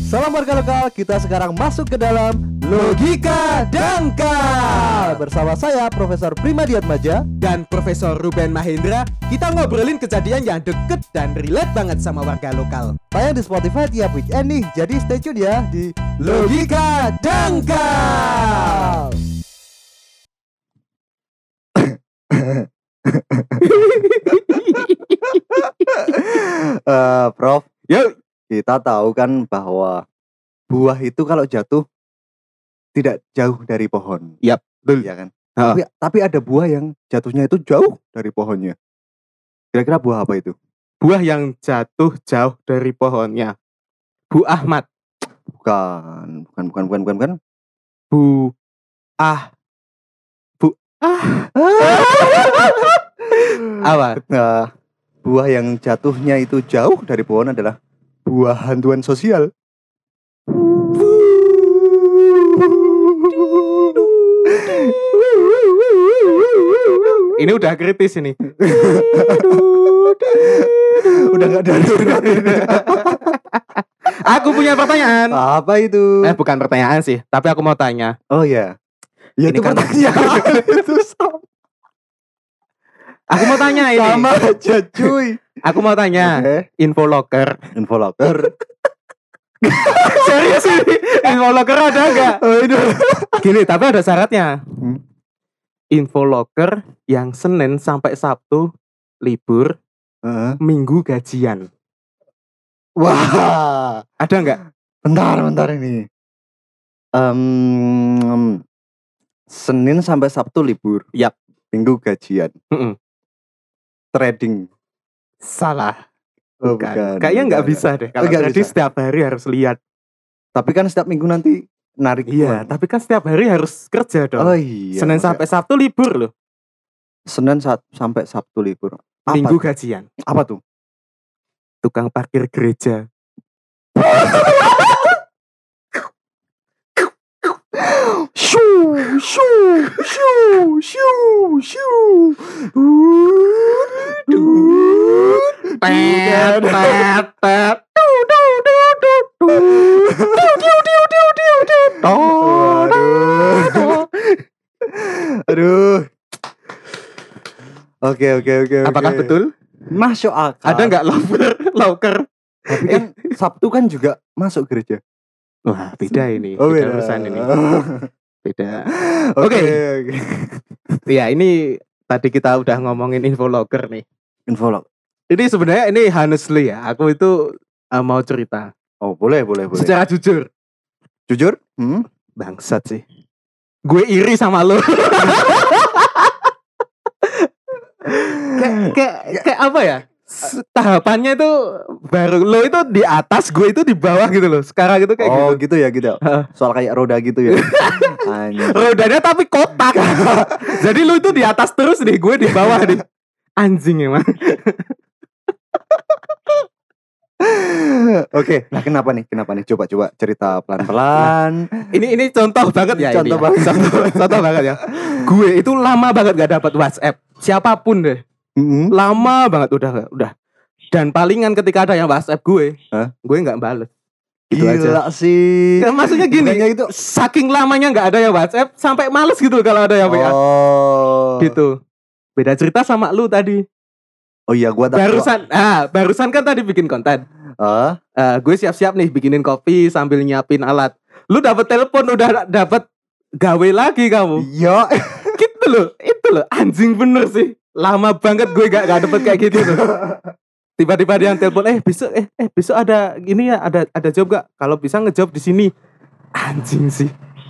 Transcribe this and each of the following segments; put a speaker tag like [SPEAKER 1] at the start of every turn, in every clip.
[SPEAKER 1] Salam warga lokal, kita sekarang masuk ke dalam Logika Dangkal. Bersama saya Profesor Primadiatmaja
[SPEAKER 2] dan Profesor Ruben Mahendra. Kita ngobrolin kejadian yang deket dan relate banget sama warga lokal.
[SPEAKER 1] Tayang di Spotify tiap weekend nih, jadi stay tune ya di Logika Dangkal. Prof,
[SPEAKER 2] Yuk.
[SPEAKER 1] kita tahu kan bahwa buah itu kalau jatuh tidak jauh dari pohon.
[SPEAKER 2] Yap, betul.
[SPEAKER 1] Ya kan? Tapi ada buah yang jatuhnya itu jauh dari pohonnya. Kira-kira buah apa itu?
[SPEAKER 2] Buah yang jatuh jauh dari pohonnya. Bu Ahmad.
[SPEAKER 1] Bukan.
[SPEAKER 2] Bu Apa?
[SPEAKER 1] Nah, buah yang jatuhnya itu jauh dari pohon adalah buah hantuan sosial.
[SPEAKER 2] Ini udah kritis ini.
[SPEAKER 1] Udah gak ada.
[SPEAKER 2] Aku punya pertanyaan.
[SPEAKER 1] Apa itu?
[SPEAKER 2] Bukan pertanyaan sih, tapi aku mau tanya.
[SPEAKER 1] Oh ya. Ya
[SPEAKER 2] Ini
[SPEAKER 1] itu
[SPEAKER 2] kan-
[SPEAKER 1] pertanyaan. Itu sama
[SPEAKER 2] Aku mau tanya ini.
[SPEAKER 1] aja cuy.
[SPEAKER 2] Aku mau tanya.
[SPEAKER 1] Oke.
[SPEAKER 2] Infolocker.
[SPEAKER 1] Infolocker.
[SPEAKER 2] Serius ini? Infolocker ada nggak?
[SPEAKER 1] Oh itu.
[SPEAKER 2] Gini, tapi ada syaratnya.
[SPEAKER 1] Hmm.
[SPEAKER 2] Infolocker yang Senin sampai Sabtu libur,
[SPEAKER 1] Heeh.
[SPEAKER 2] Minggu gajian.
[SPEAKER 1] Wah.
[SPEAKER 2] Ada nggak?
[SPEAKER 1] Bentar ini. Senin sampai Sabtu libur.
[SPEAKER 2] Yap.
[SPEAKER 1] Minggu gajian.
[SPEAKER 2] Mm-mm.
[SPEAKER 1] Trading.
[SPEAKER 2] Salah.
[SPEAKER 1] Oh,
[SPEAKER 2] Bukan. Kayaknya nggak
[SPEAKER 1] bukan.
[SPEAKER 2] bisa deh. Kalau
[SPEAKER 1] nggak
[SPEAKER 2] jadi
[SPEAKER 1] bisa.
[SPEAKER 2] setiap hari harus lihat.
[SPEAKER 1] Tapi kan setiap minggu nanti narik
[SPEAKER 2] Iya,
[SPEAKER 1] uang.
[SPEAKER 2] tapi kan setiap hari harus kerja dong.
[SPEAKER 1] Oh iya.
[SPEAKER 2] Senin
[SPEAKER 1] maksudnya
[SPEAKER 2] sampai Sabtu libur loh.
[SPEAKER 1] Senin sampai Sabtu libur. Apa
[SPEAKER 2] Minggu
[SPEAKER 1] tuh?
[SPEAKER 2] gajian.
[SPEAKER 1] Apa tuh?
[SPEAKER 2] Tukang parkir gereja. Pet, pet, pet.
[SPEAKER 1] Aduh. Oke.
[SPEAKER 2] Apakah betul?
[SPEAKER 1] Masuk akal.
[SPEAKER 2] Ada nggak loker?
[SPEAKER 1] Tapi kan Sabtu kan juga masuk gereja.
[SPEAKER 2] Wah, beda ini.
[SPEAKER 1] Oh,
[SPEAKER 2] beda
[SPEAKER 1] beda.
[SPEAKER 2] urusan ini. Beda.
[SPEAKER 1] Oke.
[SPEAKER 2] Ya, ini tadi kita udah ngomongin infolocker nih.
[SPEAKER 1] Infolog.
[SPEAKER 2] Ini sebenarnya ini honestly ya, aku itu mau cerita.
[SPEAKER 1] Oh, boleh.
[SPEAKER 2] Secara jujur,
[SPEAKER 1] Jujur?
[SPEAKER 2] bangsat sih. Gue iri sama lo. kayak apa ya? Tahapannya itu baru lo itu di atas, gue itu di bawah gitu loh. Sekarang itu kayak
[SPEAKER 1] Oh,
[SPEAKER 2] gitu.
[SPEAKER 1] gitu ya. Soal kayak roda gitu ya. Anjir.
[SPEAKER 2] Rodanya tapi kotak. Jadi lu itu di atas terus nih, gue di bawah nih. Anjing emang.
[SPEAKER 1] Oke, nah kenapa nih? Coba cerita pelan-pelan.
[SPEAKER 2] Ini contoh banget ya.
[SPEAKER 1] Contoh
[SPEAKER 2] ini
[SPEAKER 1] banget.
[SPEAKER 2] Contoh banget ya. Gue itu lama banget gak dapat WhatsApp. Siapapun deh. Lama banget udah. Dan palingan ketika ada yang WhatsApp gue,
[SPEAKER 1] Hah?
[SPEAKER 2] gue nggak bales. Gitu
[SPEAKER 1] Gila
[SPEAKER 2] aja.
[SPEAKER 1] sih.
[SPEAKER 2] Kan maksudnya gini,
[SPEAKER 1] Bukannya itu.
[SPEAKER 2] saking lamanya nggak ada yang WhatsApp sampai males gitu kalau ada yang WA.
[SPEAKER 1] Oh.
[SPEAKER 2] Gitu. Beda cerita sama lu tadi.
[SPEAKER 1] Oh iya, gua tak.
[SPEAKER 2] Barusan kan tadi bikin konten.
[SPEAKER 1] Ah,
[SPEAKER 2] Gue siap-siap nih bikinin kopi sambil nyiapin alat. Lu dapet telepon udah dapet gawe lagi kamu.
[SPEAKER 1] iya.
[SPEAKER 2] Gitu loh, itu loh anjing bener sih. Lama banget gue gak dapet kayak gitu loh. Tiba-tiba dia yang telepon, besok ada gini ya, ada job gak? Kalau bisa ngejob di sini. Anjing sih.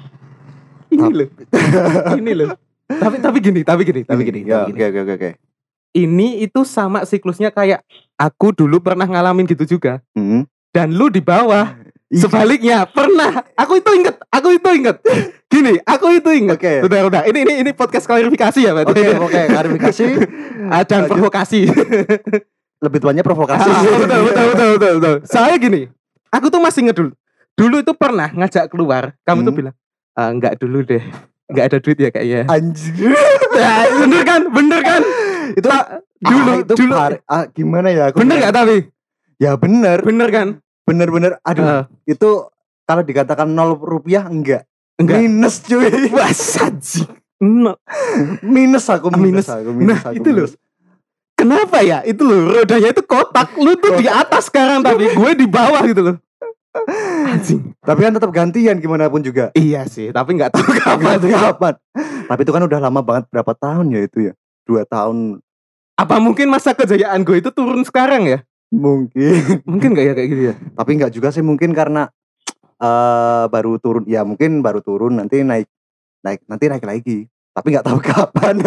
[SPEAKER 2] Ini loh. Tapi gini.
[SPEAKER 1] Ya, oke.
[SPEAKER 2] Ini itu sama siklusnya kayak aku dulu pernah ngalamin gitu juga. Dan lu di bawah. Sebaliknya pernah. Aku itu inget. Gini, aku itu inget.
[SPEAKER 1] Oke.
[SPEAKER 2] Udah. Ini podcast klarifikasi ya, berarti.
[SPEAKER 1] Oke, klarifikasi.
[SPEAKER 2] Dan provokasi.
[SPEAKER 1] Lebih tuanya provokasi.
[SPEAKER 2] Betul. Saya gini. Aku tuh masih inget dulu. Dulu itu pernah ngajak keluar. Kamu tuh bilang, enggak dulu deh. Enggak ada duit ya kayaknya.
[SPEAKER 1] Anjir.
[SPEAKER 2] Bener kan?
[SPEAKER 1] Itu
[SPEAKER 2] dulu.
[SPEAKER 1] gimana ya?
[SPEAKER 2] Bener gak tapi?
[SPEAKER 1] Ya bener.
[SPEAKER 2] Bener kan?
[SPEAKER 1] bener-bener aduh,
[SPEAKER 2] Heeh.
[SPEAKER 1] itu kalau dikatakan 0 rupiah enggak.
[SPEAKER 2] Enggak.
[SPEAKER 1] Minus cuy.
[SPEAKER 2] Wah, saji. No.
[SPEAKER 1] Minus aku
[SPEAKER 2] Minus. Nah,
[SPEAKER 1] aku
[SPEAKER 2] itu loh.
[SPEAKER 1] minus.
[SPEAKER 2] Kenapa ya? Itu loh, rodanya itu kotak. Lu tuh di atas sekarang tapi gue di bawah gitu loh. Anjing.
[SPEAKER 1] Tapi kan tetap gantian gimana pun juga.
[SPEAKER 2] Iya sih, tapi nggak tahu kapan.
[SPEAKER 1] Kapan? Tapi itu kan udah lama banget, berapa tahun ya itu ya? 2 tahun
[SPEAKER 2] Apa mungkin masa kejayaan gue itu turun sekarang ya?
[SPEAKER 1] mungkin.
[SPEAKER 2] Mungkin nggak ya kayak gitu ya?
[SPEAKER 1] Tapi enggak juga sih, mungkin karena baru turun. Ya mungkin baru turun, nanti naik lagi. Tapi nggak tahu kapan.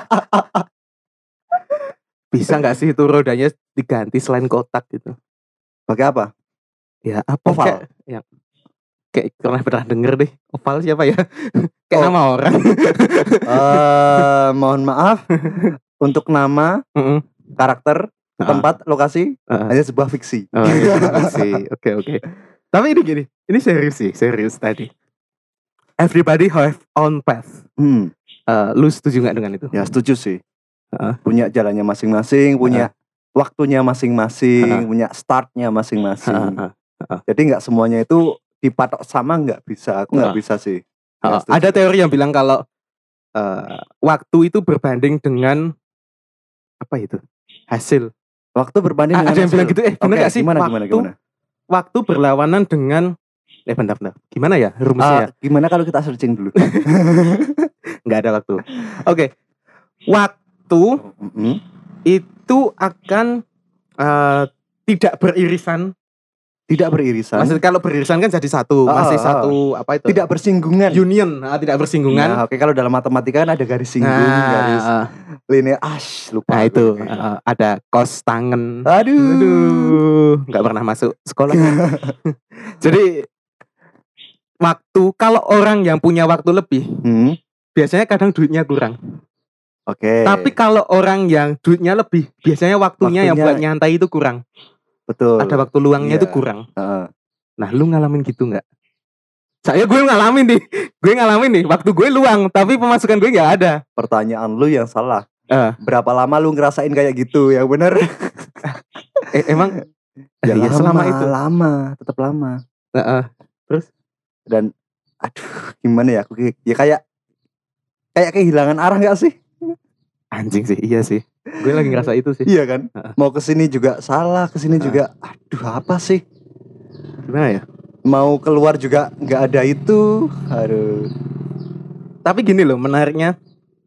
[SPEAKER 2] Bisa nggak sih itu rodanya diganti selain kotak gitu?
[SPEAKER 1] Pakai apa?
[SPEAKER 2] Ya apa?
[SPEAKER 1] Oval.
[SPEAKER 2] Kayak pernah denger deh. Oval siapa ya? Kayak
[SPEAKER 1] Oh.
[SPEAKER 2] nama orang.
[SPEAKER 1] Mohon maaf untuk nama,
[SPEAKER 2] Heeh.
[SPEAKER 1] karakter, tempat, lokasi
[SPEAKER 2] Heeh.
[SPEAKER 1] hanya sebuah fiksi.
[SPEAKER 2] Oh iya sih. Oke. Tapi ini gini, ini serius tadi. Everybody have own path. Lu setuju nggak dengan itu?
[SPEAKER 1] Ya setuju sih.
[SPEAKER 2] Heeh.
[SPEAKER 1] Punya jalannya masing-masing, punya waktunya masing-masing, punya startnya masing-masing.
[SPEAKER 2] Heeh.
[SPEAKER 1] Jadi nggak semuanya itu dipatok sama, nggak bisa. Aku nggak bisa sih. Ya, setuju.
[SPEAKER 2] Ada teori yang bilang kalau waktu itu berbanding dengan apa itu? Hasil.
[SPEAKER 1] Waktu berbanding dengan
[SPEAKER 2] Ada yang
[SPEAKER 1] hasil.
[SPEAKER 2] bilang gitu, bener
[SPEAKER 1] Oke,
[SPEAKER 2] gak sih?
[SPEAKER 1] Gimana?
[SPEAKER 2] Waktu berlawanan dengan bentar. Gimana ya rumusnya?
[SPEAKER 1] Gimana kalau kita searching dulu?
[SPEAKER 2] Nggak ada waktu. Oke. Waktu itu akan tidak beririsan.
[SPEAKER 1] Tidak beririsan.
[SPEAKER 2] Maksudnya kalau beririsan kan jadi satu, masih satu apa itu?
[SPEAKER 1] Tidak bersinggungan.
[SPEAKER 2] Union, tidak bersinggungan.
[SPEAKER 1] Nah, oke, kalau dalam matematika kan ada garis singgung, garis linear. lupa.
[SPEAKER 2] Nah itu ada kos tangen.
[SPEAKER 1] Aduh.
[SPEAKER 2] Nggak pernah masuk sekolah. Jadi waktu, kalau orang yang punya waktu lebih, biasanya kadang duitnya kurang.
[SPEAKER 1] Oke.
[SPEAKER 2] Tapi kalau orang yang duitnya lebih, biasanya waktunya yang buat nyantai itu kurang.
[SPEAKER 1] Betul.
[SPEAKER 2] Ada waktu luangnya itu kurang. Nah, lu ngalamin gitu nggak? Gue ngalamin nih. Waktu gue luang, tapi pemasukan gue nggak ada.
[SPEAKER 1] Pertanyaan lu yang salah.
[SPEAKER 2] Berapa
[SPEAKER 1] lama lu ngerasain kayak gitu? Yang bener.
[SPEAKER 2] Emang?
[SPEAKER 1] Ya
[SPEAKER 2] iya, selama itu.
[SPEAKER 1] Tetap lama.
[SPEAKER 2] Terus?
[SPEAKER 1] Dan, aduh, gimana ya? Aku ya kayak kehilangan arah nggak sih?
[SPEAKER 2] Anjing sih, iya sih. Gue lagi ngerasa itu sih.
[SPEAKER 1] Iya kan? Mau kesini juga salah, kesini juga. Aduh, apa sih?
[SPEAKER 2] Gimana ya?
[SPEAKER 1] Mau keluar juga nggak ada itu. Aduh.
[SPEAKER 2] Tapi gini loh, menariknya.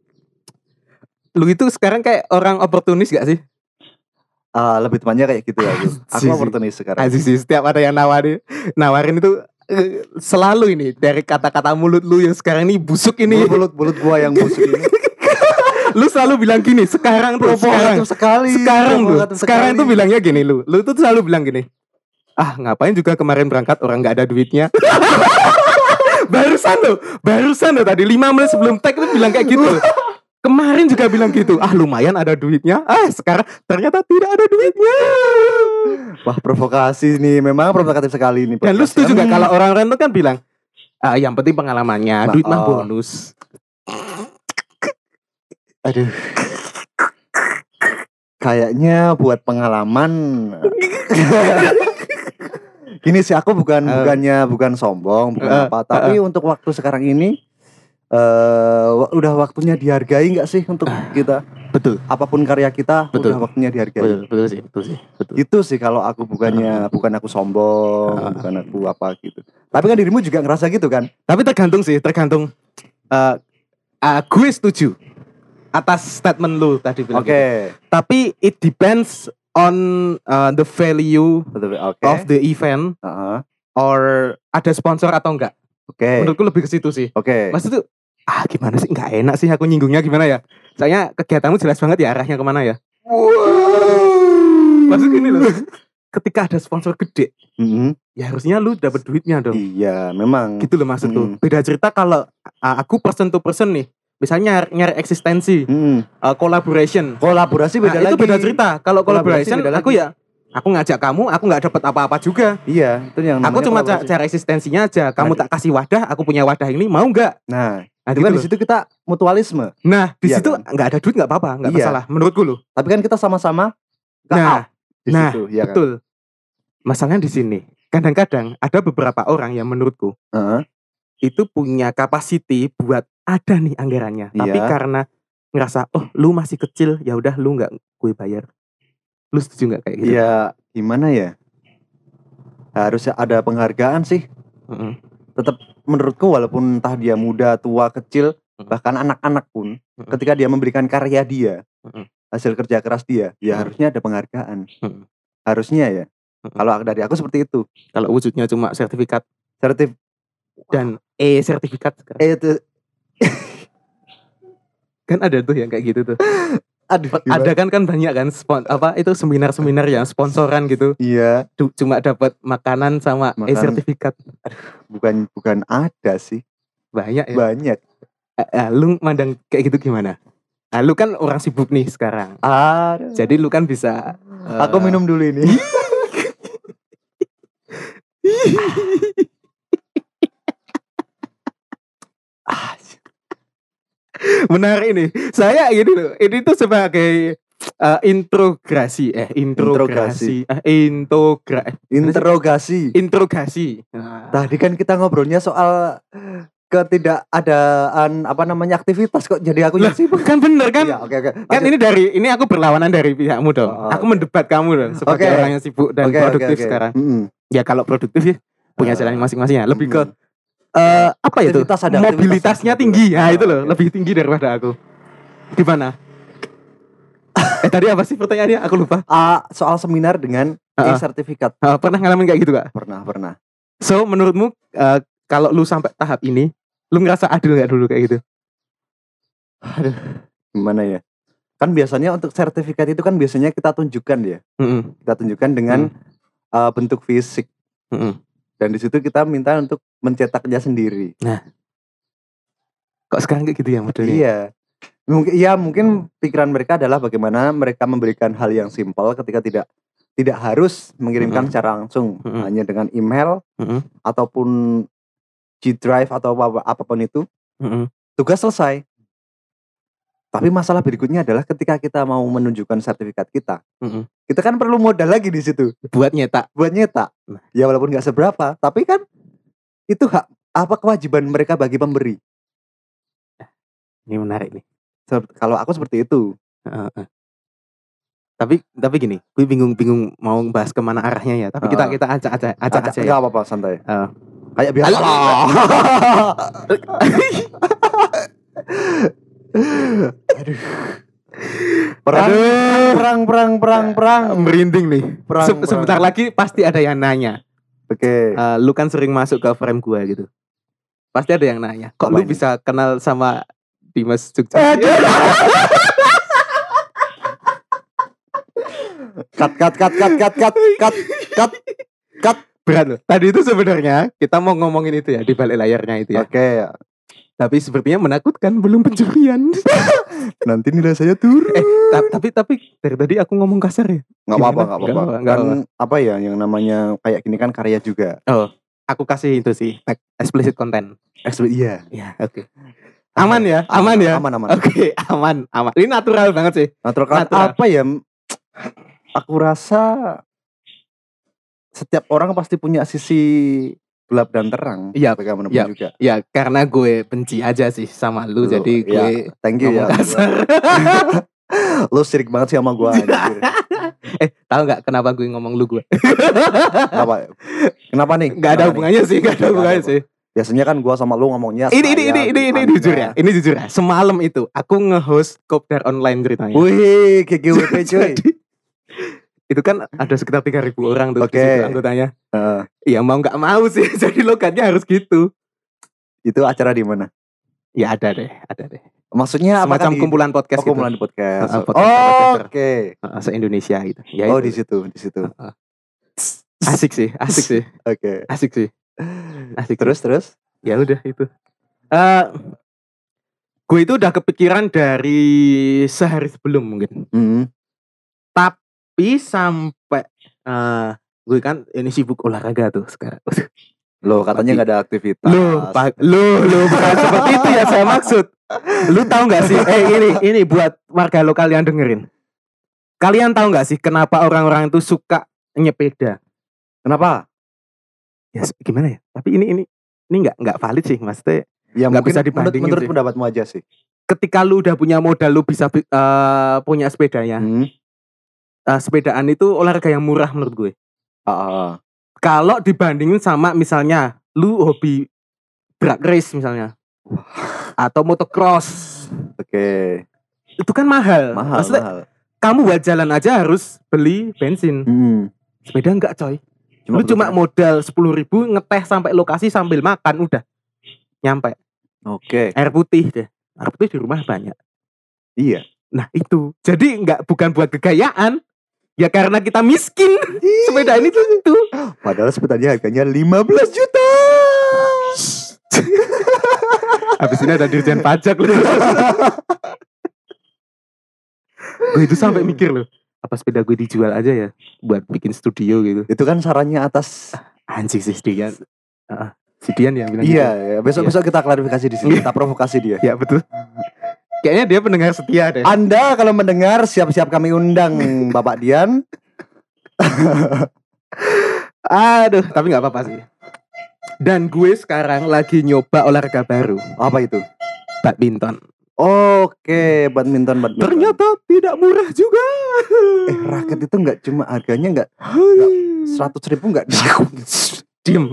[SPEAKER 2] Lu itu sekarang kayak orang oportunis gak sih?
[SPEAKER 1] Lebih temannya kayak gitu ya. Aku oportunis sekarang.
[SPEAKER 2] Asik sih, setiap ada yang nawarin itu selalu ini dari kata-kata mulut lu yang sekarang ini busuk ini.
[SPEAKER 1] Mulut gua yang busuk ini.
[SPEAKER 2] Lu selalu bilang gini, sekarang tuh sekarang tuh bilangnya gini, lu tuh selalu bilang gini, ngapain juga kemarin berangkat orang nggak ada duitnya. barusan lo tadi 5 menit sebelum tag itu bilang kayak gitu. Kemarin juga bilang gitu, lumayan ada duitnya, sekarang ternyata tidak ada duitnya.
[SPEAKER 1] Wah, provokasi nih, memang provokatif sekali ini.
[SPEAKER 2] Dan lu setuju gak kalau orang-orang itu kan bilang, yang penting pengalamannya, duit mah bonus.
[SPEAKER 1] Aduh. Kayaknya buat pengalaman. Gini sih, aku bukan sombong, bukan apa, tapi untuk waktu sekarang ini udah waktunya dihargai nggak sih untuk kita?
[SPEAKER 2] Betul.
[SPEAKER 1] Apapun karya kita, udah waktunya dihargai.
[SPEAKER 2] Betul sih.
[SPEAKER 1] Itu sih kalau aku bukan aku sombong, bukan aku apa gitu. Tapi kan dirimu juga ngerasa gitu kan?
[SPEAKER 2] Tapi tergantung. Gue setuju atas statement lu tadi bilang.
[SPEAKER 1] Oke.
[SPEAKER 2] Tapi it depends on the value of the event, or ada sponsor atau enggak.
[SPEAKER 1] Oke.
[SPEAKER 2] Menurutku lebih ke situ sih.
[SPEAKER 1] Oke.
[SPEAKER 2] Maksud tuh, gimana sih, nggak enak sih aku nyinggungnya gimana ya. Soalnya kegiatanmu jelas banget ya arahnya kemana ya. Maksud gini loh, ketika ada sponsor gede, ya harusnya lu dapat duitnya dong.
[SPEAKER 1] Iya, memang.
[SPEAKER 2] Gitu loh maksudku. Beda cerita kalau aku person to person nih. Misalnya nyari eksistensi,
[SPEAKER 1] kolaborasi beda lagi.
[SPEAKER 2] Itu beda cerita. Kalau collaboration, aku ngajak kamu, aku nggak dapat apa-apa juga.
[SPEAKER 1] Iya, itu yang
[SPEAKER 2] aku cuma cara eksistensinya aja. Kamu tak kasih wadah, aku punya wadah ini, mau nggak?
[SPEAKER 1] Nah itu kan di situ kita mutualisme.
[SPEAKER 2] Nah, di situ nggak ada duit nggak apa-apa, nggak masalah. Menurutku loh.
[SPEAKER 1] Tapi kan kita sama-sama.
[SPEAKER 2] Nah,
[SPEAKER 1] situ,
[SPEAKER 2] betul. Masalahnya di sini. kadang-kadang ada beberapa orang yang menurutku itu punya capacity buat ada nih anggarannya, tapi karena ngerasa lu masih kecil, ya udah lu nggak gue bayar. Lu setuju nggak kayak gitu?
[SPEAKER 1] Ya gimana ya, harus ada penghargaan sih. Tetap menurutku walaupun entah dia muda, tua, kecil, bahkan anak-anak pun, ketika dia memberikan karya dia, hasil kerja keras dia, ya harusnya ada penghargaan. Harusnya ya. Kalau dari aku seperti itu.
[SPEAKER 2] Kalau wujudnya cuma sertifikat dan sertifikat
[SPEAKER 1] itu
[SPEAKER 2] kan ada tuh yang kayak gitu tuh.
[SPEAKER 1] Aduh,
[SPEAKER 2] ada kan banyak kan itu seminar-seminar yang sponsoran gitu.
[SPEAKER 1] Iya.
[SPEAKER 2] Cuma dapat makanan sama sertifikat.
[SPEAKER 1] Aduh, bukan ada sih.
[SPEAKER 2] Banyak ya.
[SPEAKER 1] Banyak.
[SPEAKER 2] Lu mandang kayak gitu gimana? Lu kan orang sibuk nih sekarang. Jadi lu kan bisa.
[SPEAKER 1] Aku minum dulu ini.
[SPEAKER 2] Menarik ini. Saya gini loh. Ini tuh sebagai interogasi.
[SPEAKER 1] Tadi kan kita ngobrolnya soal ketidakadaan aktivitas kok jadi aku yang sibuk.
[SPEAKER 2] Kan bener kan?
[SPEAKER 1] Ya, okay.
[SPEAKER 2] Kan ini aku berlawanan dari pihakmu dong. Aku mendebat kamu dong sebagai orang yang sibuk dan produktif sekarang. Ya kalau produktif ya punya jalan masing-masing ya. Lebih ke apa itu? Mobilitasnya tinggi. Ya itu loh, lebih tinggi daripada aku. Gimana? Tadi apa sih pertanyaannya? Aku lupa.
[SPEAKER 1] Soal seminar dengan sertifikat.
[SPEAKER 2] Pernah ngalamin kayak gitu gak?
[SPEAKER 1] Pernah.
[SPEAKER 2] So menurutmu kalau lu sampai tahap ini, lu ngerasa adil gak dulu kayak gitu?
[SPEAKER 1] Aduh, gimana ya? Kan biasanya untuk sertifikat itu kan biasanya kita tunjukkan ya. Kita tunjukkan dengan bentuk fisik. Dan di situ kita minta untuk mencetaknya sendiri.
[SPEAKER 2] Nah, kok sekarang kayak gitu ya modelnya?
[SPEAKER 1] Iya. Mungkin pikiran mereka adalah bagaimana mereka memberikan hal yang simpel ketika tidak harus mengirimkan secara langsung, hanya dengan email ataupun G-Drive atau apapun itu. Tugas selesai. Tapi masalah berikutnya adalah ketika kita mau menunjukkan sertifikat kita, kita kan perlu modal lagi di situ
[SPEAKER 2] buat nyetak.
[SPEAKER 1] Ya walaupun nggak seberapa, tapi kan itu kewajiban mereka bagi pemberi.
[SPEAKER 2] Ini menarik nih.
[SPEAKER 1] Kalau aku seperti itu.
[SPEAKER 2] Tapi gini, gue bingung mau bahas kemana arahnya ya. Tapi kita acak aja ya.
[SPEAKER 1] Gak apa-apa, santai. Kayak biasa. Aduh. Perang.
[SPEAKER 2] Merinding nih. Sebentar lagi pasti ada yang nanya.
[SPEAKER 1] Oke.
[SPEAKER 2] Lu kan sering masuk ke frame gua gitu. Pasti ada yang nanya. Kok lu bisa kenal sama Dimas Jogja? Cut. Berat loh. Tadi itu sebenarnya kita mau ngomongin itu ya di balik layarnya itu ya.
[SPEAKER 1] Oke.
[SPEAKER 2] Tapi sepertinya menakutkan, belum pencurian.
[SPEAKER 1] Nanti nilai saya turun.
[SPEAKER 2] Tapi dari tadi aku ngomong kasar ya.
[SPEAKER 1] Nggak apa-apa. Kan apa ya yang namanya kayak gini kan karya juga.
[SPEAKER 2] Aku kasih itu sih explicit content.
[SPEAKER 1] Iya.
[SPEAKER 2] Ya, oke. Aman ya. Aman. Oke, aman. Ini natural banget sih.
[SPEAKER 1] Natural. Apa ya? Aku rasa setiap orang pasti punya sisi gelap dan terang.
[SPEAKER 2] Iya.
[SPEAKER 1] Juga.
[SPEAKER 2] Ya, karena gue benci aja sih sama lu, jadi gue
[SPEAKER 1] thank you ya.
[SPEAKER 2] Kasar.
[SPEAKER 1] Lu sirik banget sih sama gue.
[SPEAKER 2] Tahu nggak kenapa gue ngomong lu gue?
[SPEAKER 1] Kenapa nih?
[SPEAKER 2] Gak ada hubungannya sih.
[SPEAKER 1] Biasanya kan gue sama lu ngomongnya.
[SPEAKER 2] Ini jujur ya. Ini jujur ya. Semalam itu aku nge-host Kopdar online ceritanya.
[SPEAKER 1] Wih, GGWP cuy.
[SPEAKER 2] Itu kan ada sekitar 3.000 orang tuh anggotanya.
[SPEAKER 1] Iya
[SPEAKER 2] mau nggak mau sih. Jadi logatnya harus gitu.
[SPEAKER 1] Itu acara di mana?
[SPEAKER 2] Ya ada deh.
[SPEAKER 1] Maksudnya
[SPEAKER 2] semacam kumpulan podcast gitu.
[SPEAKER 1] Kumpulan podcast.
[SPEAKER 2] Oke. Se-Indonesia gitu. Ya,
[SPEAKER 1] di situ.
[SPEAKER 2] Asik sih.
[SPEAKER 1] Oke.
[SPEAKER 2] Asik sih.
[SPEAKER 1] Terus?
[SPEAKER 2] Ya udah itu. Gue itu udah kepikiran dari sehari sebelum mungkin. Tapi sampai gue kan ini sibuk olahraga tuh sekarang.
[SPEAKER 1] Loh katanya nggak ada aktivitas.
[SPEAKER 2] Loh bukan seperti itu ya saya maksud. Lu tahu nggak sih? Ini buat warga lokal yang dengerin. Kalian tahu nggak sih kenapa orang-orang itu suka nyepeda?
[SPEAKER 1] Kenapa?
[SPEAKER 2] ya gimana ya? Tapi ini nggak valid sih, maksudnya.
[SPEAKER 1] Ya
[SPEAKER 2] nggak
[SPEAKER 1] mungkin
[SPEAKER 2] bisa dibandingin
[SPEAKER 1] menurut
[SPEAKER 2] sih.
[SPEAKER 1] pendapatmu aja sih.
[SPEAKER 2] Ketika lu udah punya modal, lu bisa punya sepeda ya. Sepedaan itu olahraga yang murah menurut gue. Kalau dibandingin sama misalnya lu hobi drag race misalnya, atau motocross.
[SPEAKER 1] Oke.
[SPEAKER 2] Itu kan mahal. Maksudnya,
[SPEAKER 1] mahal.
[SPEAKER 2] Kamu buat jalan aja harus beli bensin. Sepeda enggak coy. Lu cuma modal 10.000 ngeteh sampai lokasi sambil makan udah nyampe.
[SPEAKER 1] Oke.
[SPEAKER 2] Air putih deh. Air putih di rumah banyak.
[SPEAKER 1] Iya.
[SPEAKER 2] Nah itu. Jadi bukan buat kegayaan. Ya karena kita miskin. Sepeda ini tuh itu.
[SPEAKER 1] Padahal sepedanya harganya 15 juta.
[SPEAKER 2] Habis ini ada dirjen pajak loh. Gue itu sampai mikir loh, apa sepeda gue dijual aja ya buat bikin studio gitu.
[SPEAKER 1] Itu kan sarannya atas
[SPEAKER 2] anjing sih Dian. Si Dian ya bilang
[SPEAKER 1] iya, gitu. Ya. Besok kita klarifikasi di sini, kita provokasi dia.
[SPEAKER 2] Ya betul. Kayaknya dia pendengar setia deh.
[SPEAKER 1] Anda kalau mendengar siap-siap kami undang Bapak Dian.
[SPEAKER 2] Aduh, tapi nggak apa-apa sih. Dan gue sekarang lagi nyoba olahraga baru.
[SPEAKER 1] Apa itu?
[SPEAKER 2] Badminton.
[SPEAKER 1] Oke, badminton.
[SPEAKER 2] Ternyata tidak murah juga.
[SPEAKER 1] Raket itu nggak cuma harganya nggak 100.000 nggak.
[SPEAKER 2] Diem.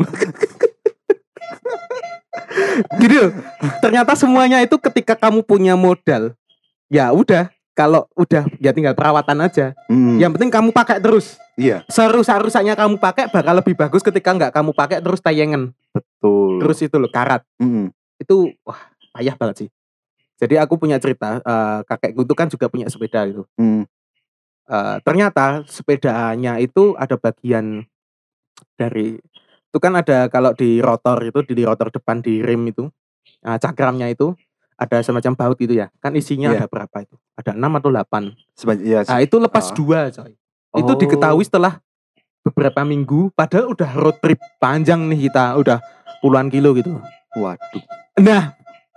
[SPEAKER 2] Gitu. Ternyata semuanya itu ketika kamu punya modal, ya udah. Kalau udah ya tinggal perawatan aja. Yang penting kamu pakai terus.
[SPEAKER 1] Iya.
[SPEAKER 2] Serusak-rusaknya kamu pakai bakal lebih bagus ketika nggak kamu pakai terus tayengan.
[SPEAKER 1] Betul.
[SPEAKER 2] Terus itu loh karat. Itu wah payah banget sih. Jadi aku punya cerita, kakekku itu kan juga punya sepeda gitu. Ternyata sepedanya itu ada bagian dari itu kan ada kalau di rotor itu di rotor depan di rim itu cakramnya itu ada semacam baut gitu ya. Kan isinya ada berapa itu? Ada 6 atau 8. Nah, itu lepas 2 coy. Itu diketahui setelah beberapa minggu, padahal udah road trip panjang nih kita, udah puluhan kilo gitu.
[SPEAKER 1] Waduh.
[SPEAKER 2] Nah,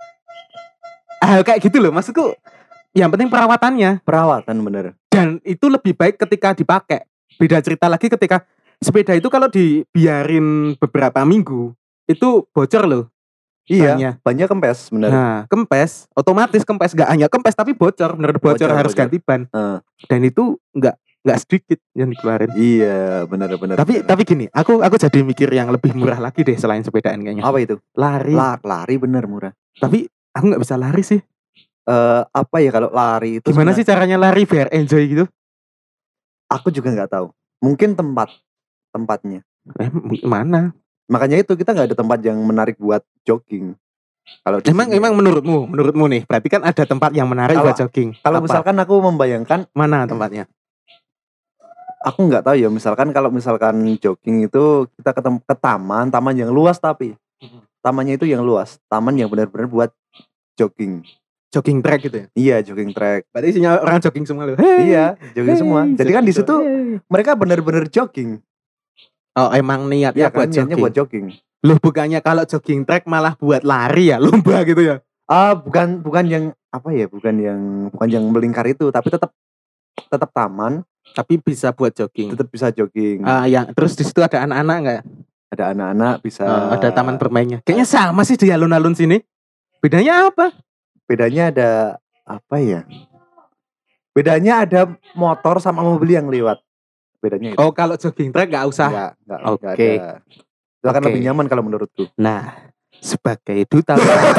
[SPEAKER 2] kayak gitu loh maksudku. Yang penting perawatannya.
[SPEAKER 1] Perawatan bener.
[SPEAKER 2] Dan itu lebih baik ketika dipakai. Beda cerita lagi ketika sepeda itu kalau dibiarin beberapa minggu itu bocor loh.
[SPEAKER 1] Iya, banyak kempes bener.
[SPEAKER 2] Nah, kempes, otomatis kempes, gak hanya kempes tapi bocor, bener bocor harus ganti ban. Dan itu nggak sedikit yang dikeluarin.
[SPEAKER 1] Iya, bener.
[SPEAKER 2] Tapi gini, aku jadi mikir yang lebih murah lagi deh selain sepedaan kayaknya.
[SPEAKER 1] Apa itu?
[SPEAKER 2] Lari.
[SPEAKER 1] Lari bener murah.
[SPEAKER 2] Tapi aku nggak bisa lari sih.
[SPEAKER 1] Apa ya kalau lari itu?
[SPEAKER 2] Gimana sih caranya lari biar enjoy gitu?
[SPEAKER 1] Aku juga nggak tahu. Mungkin tempatnya.
[SPEAKER 2] Mana?
[SPEAKER 1] Makanya itu kita nggak ada tempat yang menarik buat jogging. Kalau
[SPEAKER 2] emang menurutmu nih, berarti kan ada tempat yang menarik buat jogging.
[SPEAKER 1] Kalau misalkan aku membayangkan
[SPEAKER 2] mana tempatnya?
[SPEAKER 1] Aku nggak tahu ya. Misalkan jogging itu kita ke taman yang luas tapi tamannya itu yang luas, taman yang benar-benar buat jogging.
[SPEAKER 2] Jogging track gitu ya?
[SPEAKER 1] Iya, jogging track.
[SPEAKER 2] Berarti isinya orang jogging semua loh.
[SPEAKER 1] Iya, jogging semua. Jadi kan di situ mereka benar-benar jogging.
[SPEAKER 2] Oh, emang niatnya buat
[SPEAKER 1] jogging.
[SPEAKER 2] Loh, bukannya kalau jogging track malah buat lari ya, lomba gitu ya?
[SPEAKER 1] Bukan yang apa ya? Bukan yang melingkar itu, tapi tetap taman,
[SPEAKER 2] tapi bisa buat jogging.
[SPEAKER 1] Tetap bisa jogging.
[SPEAKER 2] Yang terus di situ ada anak-anak enggak?
[SPEAKER 1] Ada anak-anak bisa.
[SPEAKER 2] Ada taman bermainnya. Kayaknya sama sih di alun-alun sini. Bedanya apa?
[SPEAKER 1] Bedanya ada apa ya? Bedanya ada motor sama mobil yang lewat. Bedanya itu.
[SPEAKER 2] Oh, kalau jogging track nggak usah.
[SPEAKER 1] Nggak ada. Itu akan lebih nyaman kalau menurutku.
[SPEAKER 2] Nah, sebagai duta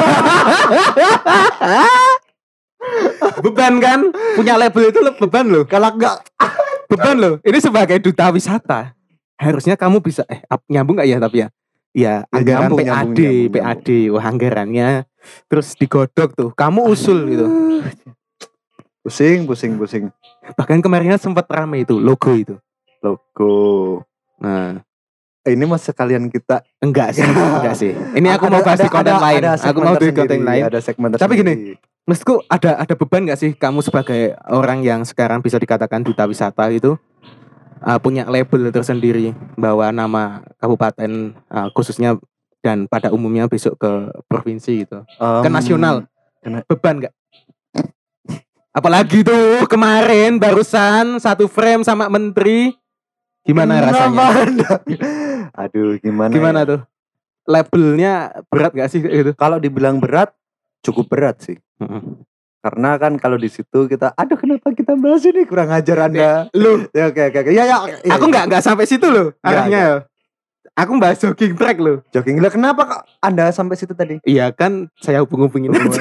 [SPEAKER 2] beban kan? Punya label itu beban loh. Kalau nggak beban loh. Ini sebagai duta wisata. Harusnya kamu bisa nyambung nggak ya tapi ya? Ya, anggaran PAD. Wah, anggarannya terus digodok tuh. Kamu usul gitu.
[SPEAKER 1] Pusing.
[SPEAKER 2] Bahkan kemarin sempat rame itu logo itu.
[SPEAKER 1] Nah, ini mas sekalian kita
[SPEAKER 2] enggak sih. Ini aku mau bahas di konten lain. Aku mau di konten lain.
[SPEAKER 1] Ada segmen tersendiri.
[SPEAKER 2] Tapi gini, maksudku ada beban enggak sih kamu sebagai orang yang sekarang bisa dikatakan duta wisata gitu, punya label tersendiri bahwa nama kabupaten khususnya dan pada umumnya besok ke provinsi gitu, ke nasional. Beban enggak? Apalagi tuh kemarin barusan satu frame sama menteri. Gimana rasanya?
[SPEAKER 1] Aduh, gimana
[SPEAKER 2] Gimana
[SPEAKER 1] ya?
[SPEAKER 2] tuh? Labelnya berat gak sih gitu?
[SPEAKER 1] Kalau dibilang berat, cukup berat sih. Karena kan kalau di situ kita, aduh kenapa kita bahas ini, kurang ajar Anda.
[SPEAKER 2] Lu,
[SPEAKER 1] Ya, oke. Ya.
[SPEAKER 2] aku nggak sampai situ loh arahnya. Aku bahas jogging track loh.
[SPEAKER 1] Jogging lah, kenapa kok Anda sampai situ tadi?
[SPEAKER 2] Iya kan, saya hubung-hubungin aja.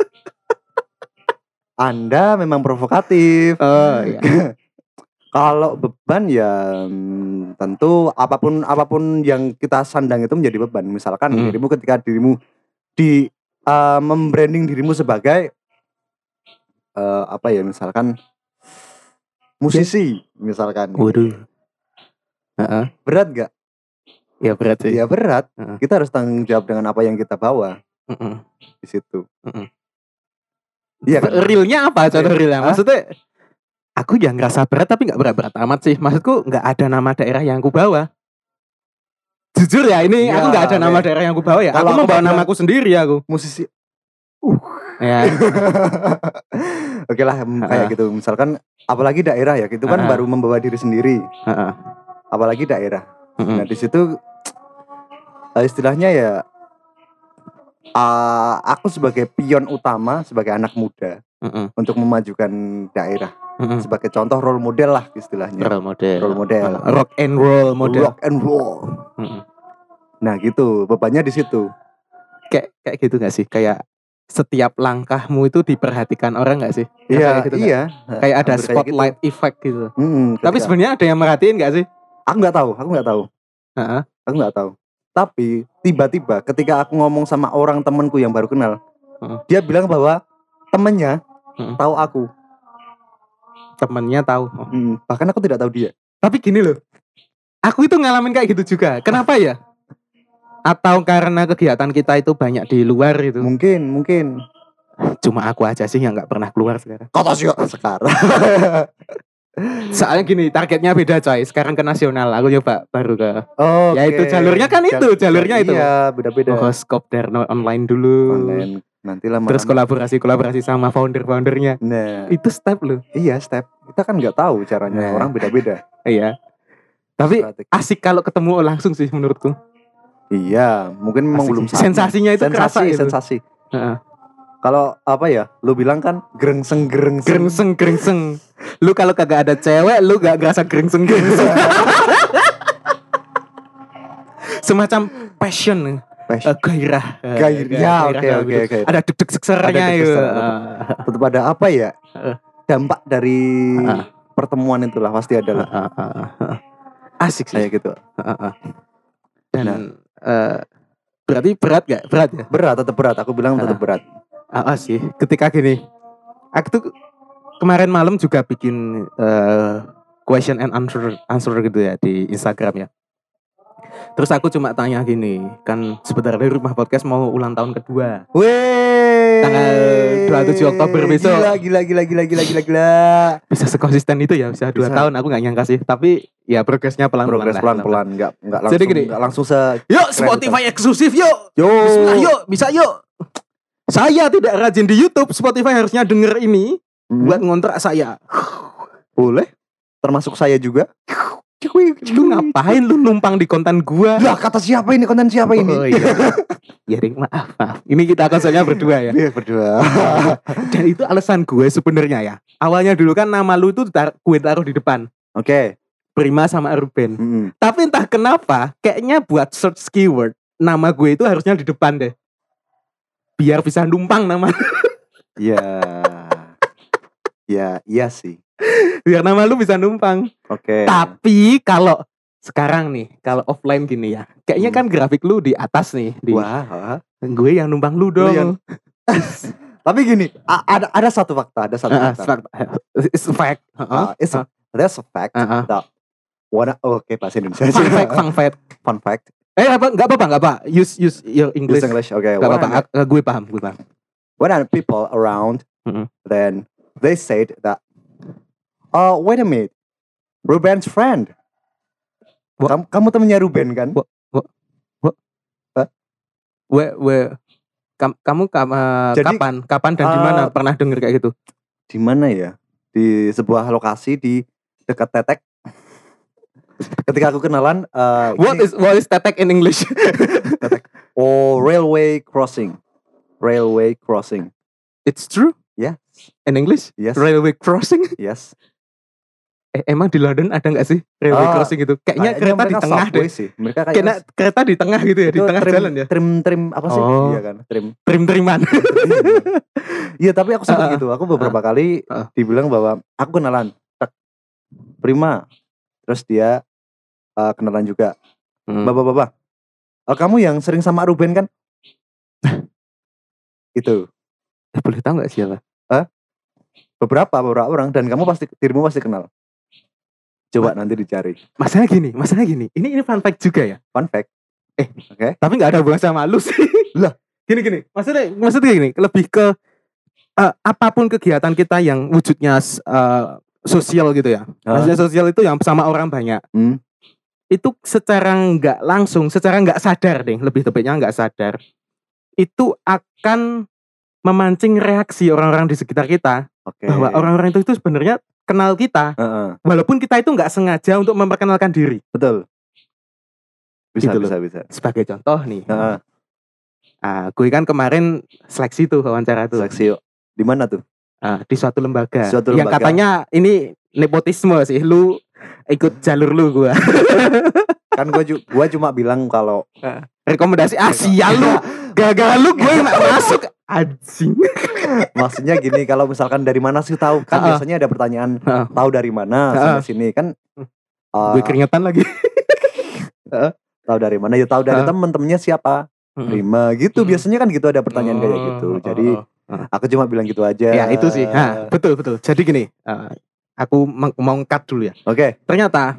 [SPEAKER 1] Anda memang provokatif.
[SPEAKER 2] Oh iya.
[SPEAKER 1] Kalau beban ya tentu apapun yang kita sandang itu menjadi beban. Misalkan dirimu ketika dirimu di membranding dirimu sebagai apa ya, misalkan musisi misalkan.
[SPEAKER 2] Waduh.
[SPEAKER 1] Berat gak?
[SPEAKER 2] Ya berat sih.
[SPEAKER 1] Ya berat. Kita harus tanggung jawab dengan apa yang kita bawa di situ. Iya kan?
[SPEAKER 2] Realnya apa? Contoh realnya? Maksudnya aku yang ngerasa berat tapi nggak berat-berat amat sih. Maksudku nggak ada nama daerah yang aku bawa. Jujur ya, ini aku nggak ada nama daerah yang aku bawa ya. Aku membawa namaku sendiri aku.
[SPEAKER 1] Musisi.
[SPEAKER 2] Ya.
[SPEAKER 1] Oke lah, kayak gitu. Misalkan apalagi daerah ya, itu kan baru membawa diri sendiri. Apalagi daerah. Nah di situ istilahnya ya, aku sebagai pion utama, sebagai anak muda untuk memajukan daerah. Sebagai contoh role model lah istilahnya.
[SPEAKER 2] Role model.
[SPEAKER 1] Rock and roll model. Nah gitu, bebannya di situ.
[SPEAKER 2] Kayak gitu gak sih? Kayak setiap langkahmu itu diperhatikan orang gak sih?
[SPEAKER 1] Iya,
[SPEAKER 2] gitu
[SPEAKER 1] iya.
[SPEAKER 2] Kayak ada spotlight gitu. Effect gitu. Tapi sebenarnya ada yang merhatiin gak sih?
[SPEAKER 1] Aku nggak tahu. Aku nggak tahu. Tapi tiba-tiba ketika aku ngomong sama orang temanku yang baru kenal, dia bilang bahwa temennya tahu aku.
[SPEAKER 2] Temennya tahu.
[SPEAKER 1] Bahkan aku tidak tahu dia.
[SPEAKER 2] Tapi gini loh, aku itu ngalamin kayak gitu juga. Kenapa ya? Atau karena kegiatan kita itu banyak di luar itu?
[SPEAKER 1] Mungkin.
[SPEAKER 2] Cuma aku aja sih yang nggak pernah keluar sekarang.
[SPEAKER 1] Kata sih sekarang.
[SPEAKER 2] Soalnya gini, targetnya beda coy. Sekarang ke nasional, aku nyoba baru ke.
[SPEAKER 1] Oh,
[SPEAKER 2] ya itu jalurnya kan itu, jalurnya itu.
[SPEAKER 1] Iya, beda-beda.
[SPEAKER 2] Kopdar online dulu.
[SPEAKER 1] Online. Nanti lama-lama.
[SPEAKER 2] Terus kolaborasi sama founder-foundernya.
[SPEAKER 1] Nah,
[SPEAKER 2] itu step loh.
[SPEAKER 1] Iya, step. Kita kan nggak tahu caranya. Orang beda-beda.
[SPEAKER 2] Iya. Tapi asik kalau ketemu langsung sih menurutku.
[SPEAKER 1] Iya, mungkin memang belum
[SPEAKER 2] sensasinya itu kerasa itu.
[SPEAKER 1] Sensasi. Kalau apa ya, lu bilang kan gerengseng.
[SPEAKER 2] Lu kalau kagak ada cewek, lu gak ngerasa gerengseng. Semacam passion. Gairah.
[SPEAKER 1] Oke.
[SPEAKER 2] Ada deg-deg seksernya itu.
[SPEAKER 1] Tetap ada apa ya? Dampak dari pertemuan itulah pasti ada lah.
[SPEAKER 2] Asik sih
[SPEAKER 1] gitu.
[SPEAKER 2] Dan berarti berat gak? Berat ya?
[SPEAKER 1] Berat, tetap berat. Aku bilang tetap berat.
[SPEAKER 2] Sih. Ketika gini, aku tuh kemarin malam juga bikin question and answer gitu ya di Instagram ya. Terus aku cuma tanya gini, kan sebenarnya Rumah Podcast mau ulang tahun kedua. Tanggal 27 Oktober besok.
[SPEAKER 1] Gila.
[SPEAKER 2] Bisa sekonsisten itu ya, bisa 2 tahun. Aku gak nyangka sih. Tapi ya progresnya pelan-pelan.
[SPEAKER 1] Gak langsung. Jadi gini, gak langsung
[SPEAKER 2] yuk Spotify eksklusif yuk. Bismillah, yuk bisa yuk. Saya tidak rajin di YouTube, Spotify harusnya denger ini buat ngontrak saya.
[SPEAKER 1] Boleh. Termasuk saya juga.
[SPEAKER 2] Lu ngapain lu numpang di konten gua?
[SPEAKER 1] Lah kata siapa ini, konten siapa ini?
[SPEAKER 2] Oh iya. Ya Ring, maaf. Ini kita kontennya berdua ya.
[SPEAKER 1] Iya, berdua.
[SPEAKER 2] Dan itu alasan gue sebenarnya ya. Awalnya dulu kan nama lu itu gue taruh di depan.
[SPEAKER 1] Oke.
[SPEAKER 2] Prima sama Ruben. Tapi entah kenapa kayaknya buat search keyword nama gue itu harusnya di depan deh. Biar bisa numpang nama.
[SPEAKER 1] Iya sih.
[SPEAKER 2] Biar nama lu bisa numpang.
[SPEAKER 1] Oke.
[SPEAKER 2] Tapi kalau sekarang nih, kalau offline gini ya, kayaknya kan grafik lu di atas nih.
[SPEAKER 1] Wah.
[SPEAKER 2] Gue yang numpang lu dong.
[SPEAKER 1] Tapi gini, ada satu fakta, It's a fact. There's a fact. Oke, bahasa Indonesia. Fun fact.
[SPEAKER 2] Enggak apa. Use your English.
[SPEAKER 1] Okay.
[SPEAKER 2] Enggak apa-apa. Gue paham.
[SPEAKER 1] When are people around, then they said that, oh, wait a minute, Ruben's friend. Kamu temennya Ruben kan?
[SPEAKER 2] Kamu kapan dan di mana pernah denger kayak gitu?
[SPEAKER 1] Di mana ya? Di sebuah lokasi di dekat Tetek. Ketika aku kenalan,
[SPEAKER 2] What is tetek in English?
[SPEAKER 1] tetek. Oh, railway crossing. Railway crossing.
[SPEAKER 2] It's true?
[SPEAKER 1] Yes.
[SPEAKER 2] In English?
[SPEAKER 1] Yes.
[SPEAKER 2] Railway crossing?
[SPEAKER 1] Yes.
[SPEAKER 2] Emang di London ada nggak sih railway crossing gitu? Kayaknya kereta di tengah deh.
[SPEAKER 1] Sih. Mereka
[SPEAKER 2] kayaknya kereta di tengah gitu ya, di tengah jalan ya.
[SPEAKER 1] Trim apa sih? Iya kan,
[SPEAKER 2] trim-triman.
[SPEAKER 1] Iya, tapi aku sempat gitu. Aku beberapa kali dibilang bahwa aku kenalan. Prima. Terus dia kenalan juga. Bapak. Kamu yang sering sama Ruben kan? Itu.
[SPEAKER 2] Boleh tahu nggak siapa?
[SPEAKER 1] Beberapa orang, dan dirimu pasti kenal. Coba nanti dicari.
[SPEAKER 2] Masalah gini. Ini fun fact juga ya.
[SPEAKER 1] Fun fact.
[SPEAKER 2] Oke. Tapi nggak ada hubungan sama lu sih.
[SPEAKER 1] Lah,
[SPEAKER 2] gini. Maksudnya gini, lebih ke apapun kegiatan kita yang wujudnya sosial gitu ya. Maksudnya sosial itu yang sama orang banyak. Itu secara nggak langsung, secara nggak sadar deh, lebih tepatnya nggak sadar, itu akan memancing reaksi orang-orang di sekitar kita. Bahwa orang-orang itu sebenarnya kenal kita, walaupun kita itu nggak sengaja untuk memperkenalkan diri.
[SPEAKER 1] Betul. Bisa.
[SPEAKER 2] Sebagai contoh nih, gue kan kemarin seleksi tuh, wawancara tuh.
[SPEAKER 1] Seleksi di mana tuh?
[SPEAKER 2] Di suatu lembaga. Yang katanya ini nepotisme sih, lu ikut jalur lu gue.
[SPEAKER 1] Kan gue cuma bilang kalau
[SPEAKER 2] rekomendasi sial lu, gagal lu gue nggak masuk. Anjing.
[SPEAKER 1] Maksudnya gini, kalau misalkan dari mana sih tahu kan biasanya ada pertanyaan tahu dari mana sampai sini kan.
[SPEAKER 2] Gue keringetan lagi.
[SPEAKER 1] Tahu dari mana? Ya tahu dari temen-temennya siapa. Prima gitu, biasanya kan gitu, ada pertanyaan kayak gitu. Jadi aku cuma bilang gitu aja.
[SPEAKER 2] Ya itu sih. Betul. Jadi gini, aku mau cut dulu ya.
[SPEAKER 1] Oke.
[SPEAKER 2] Ternyata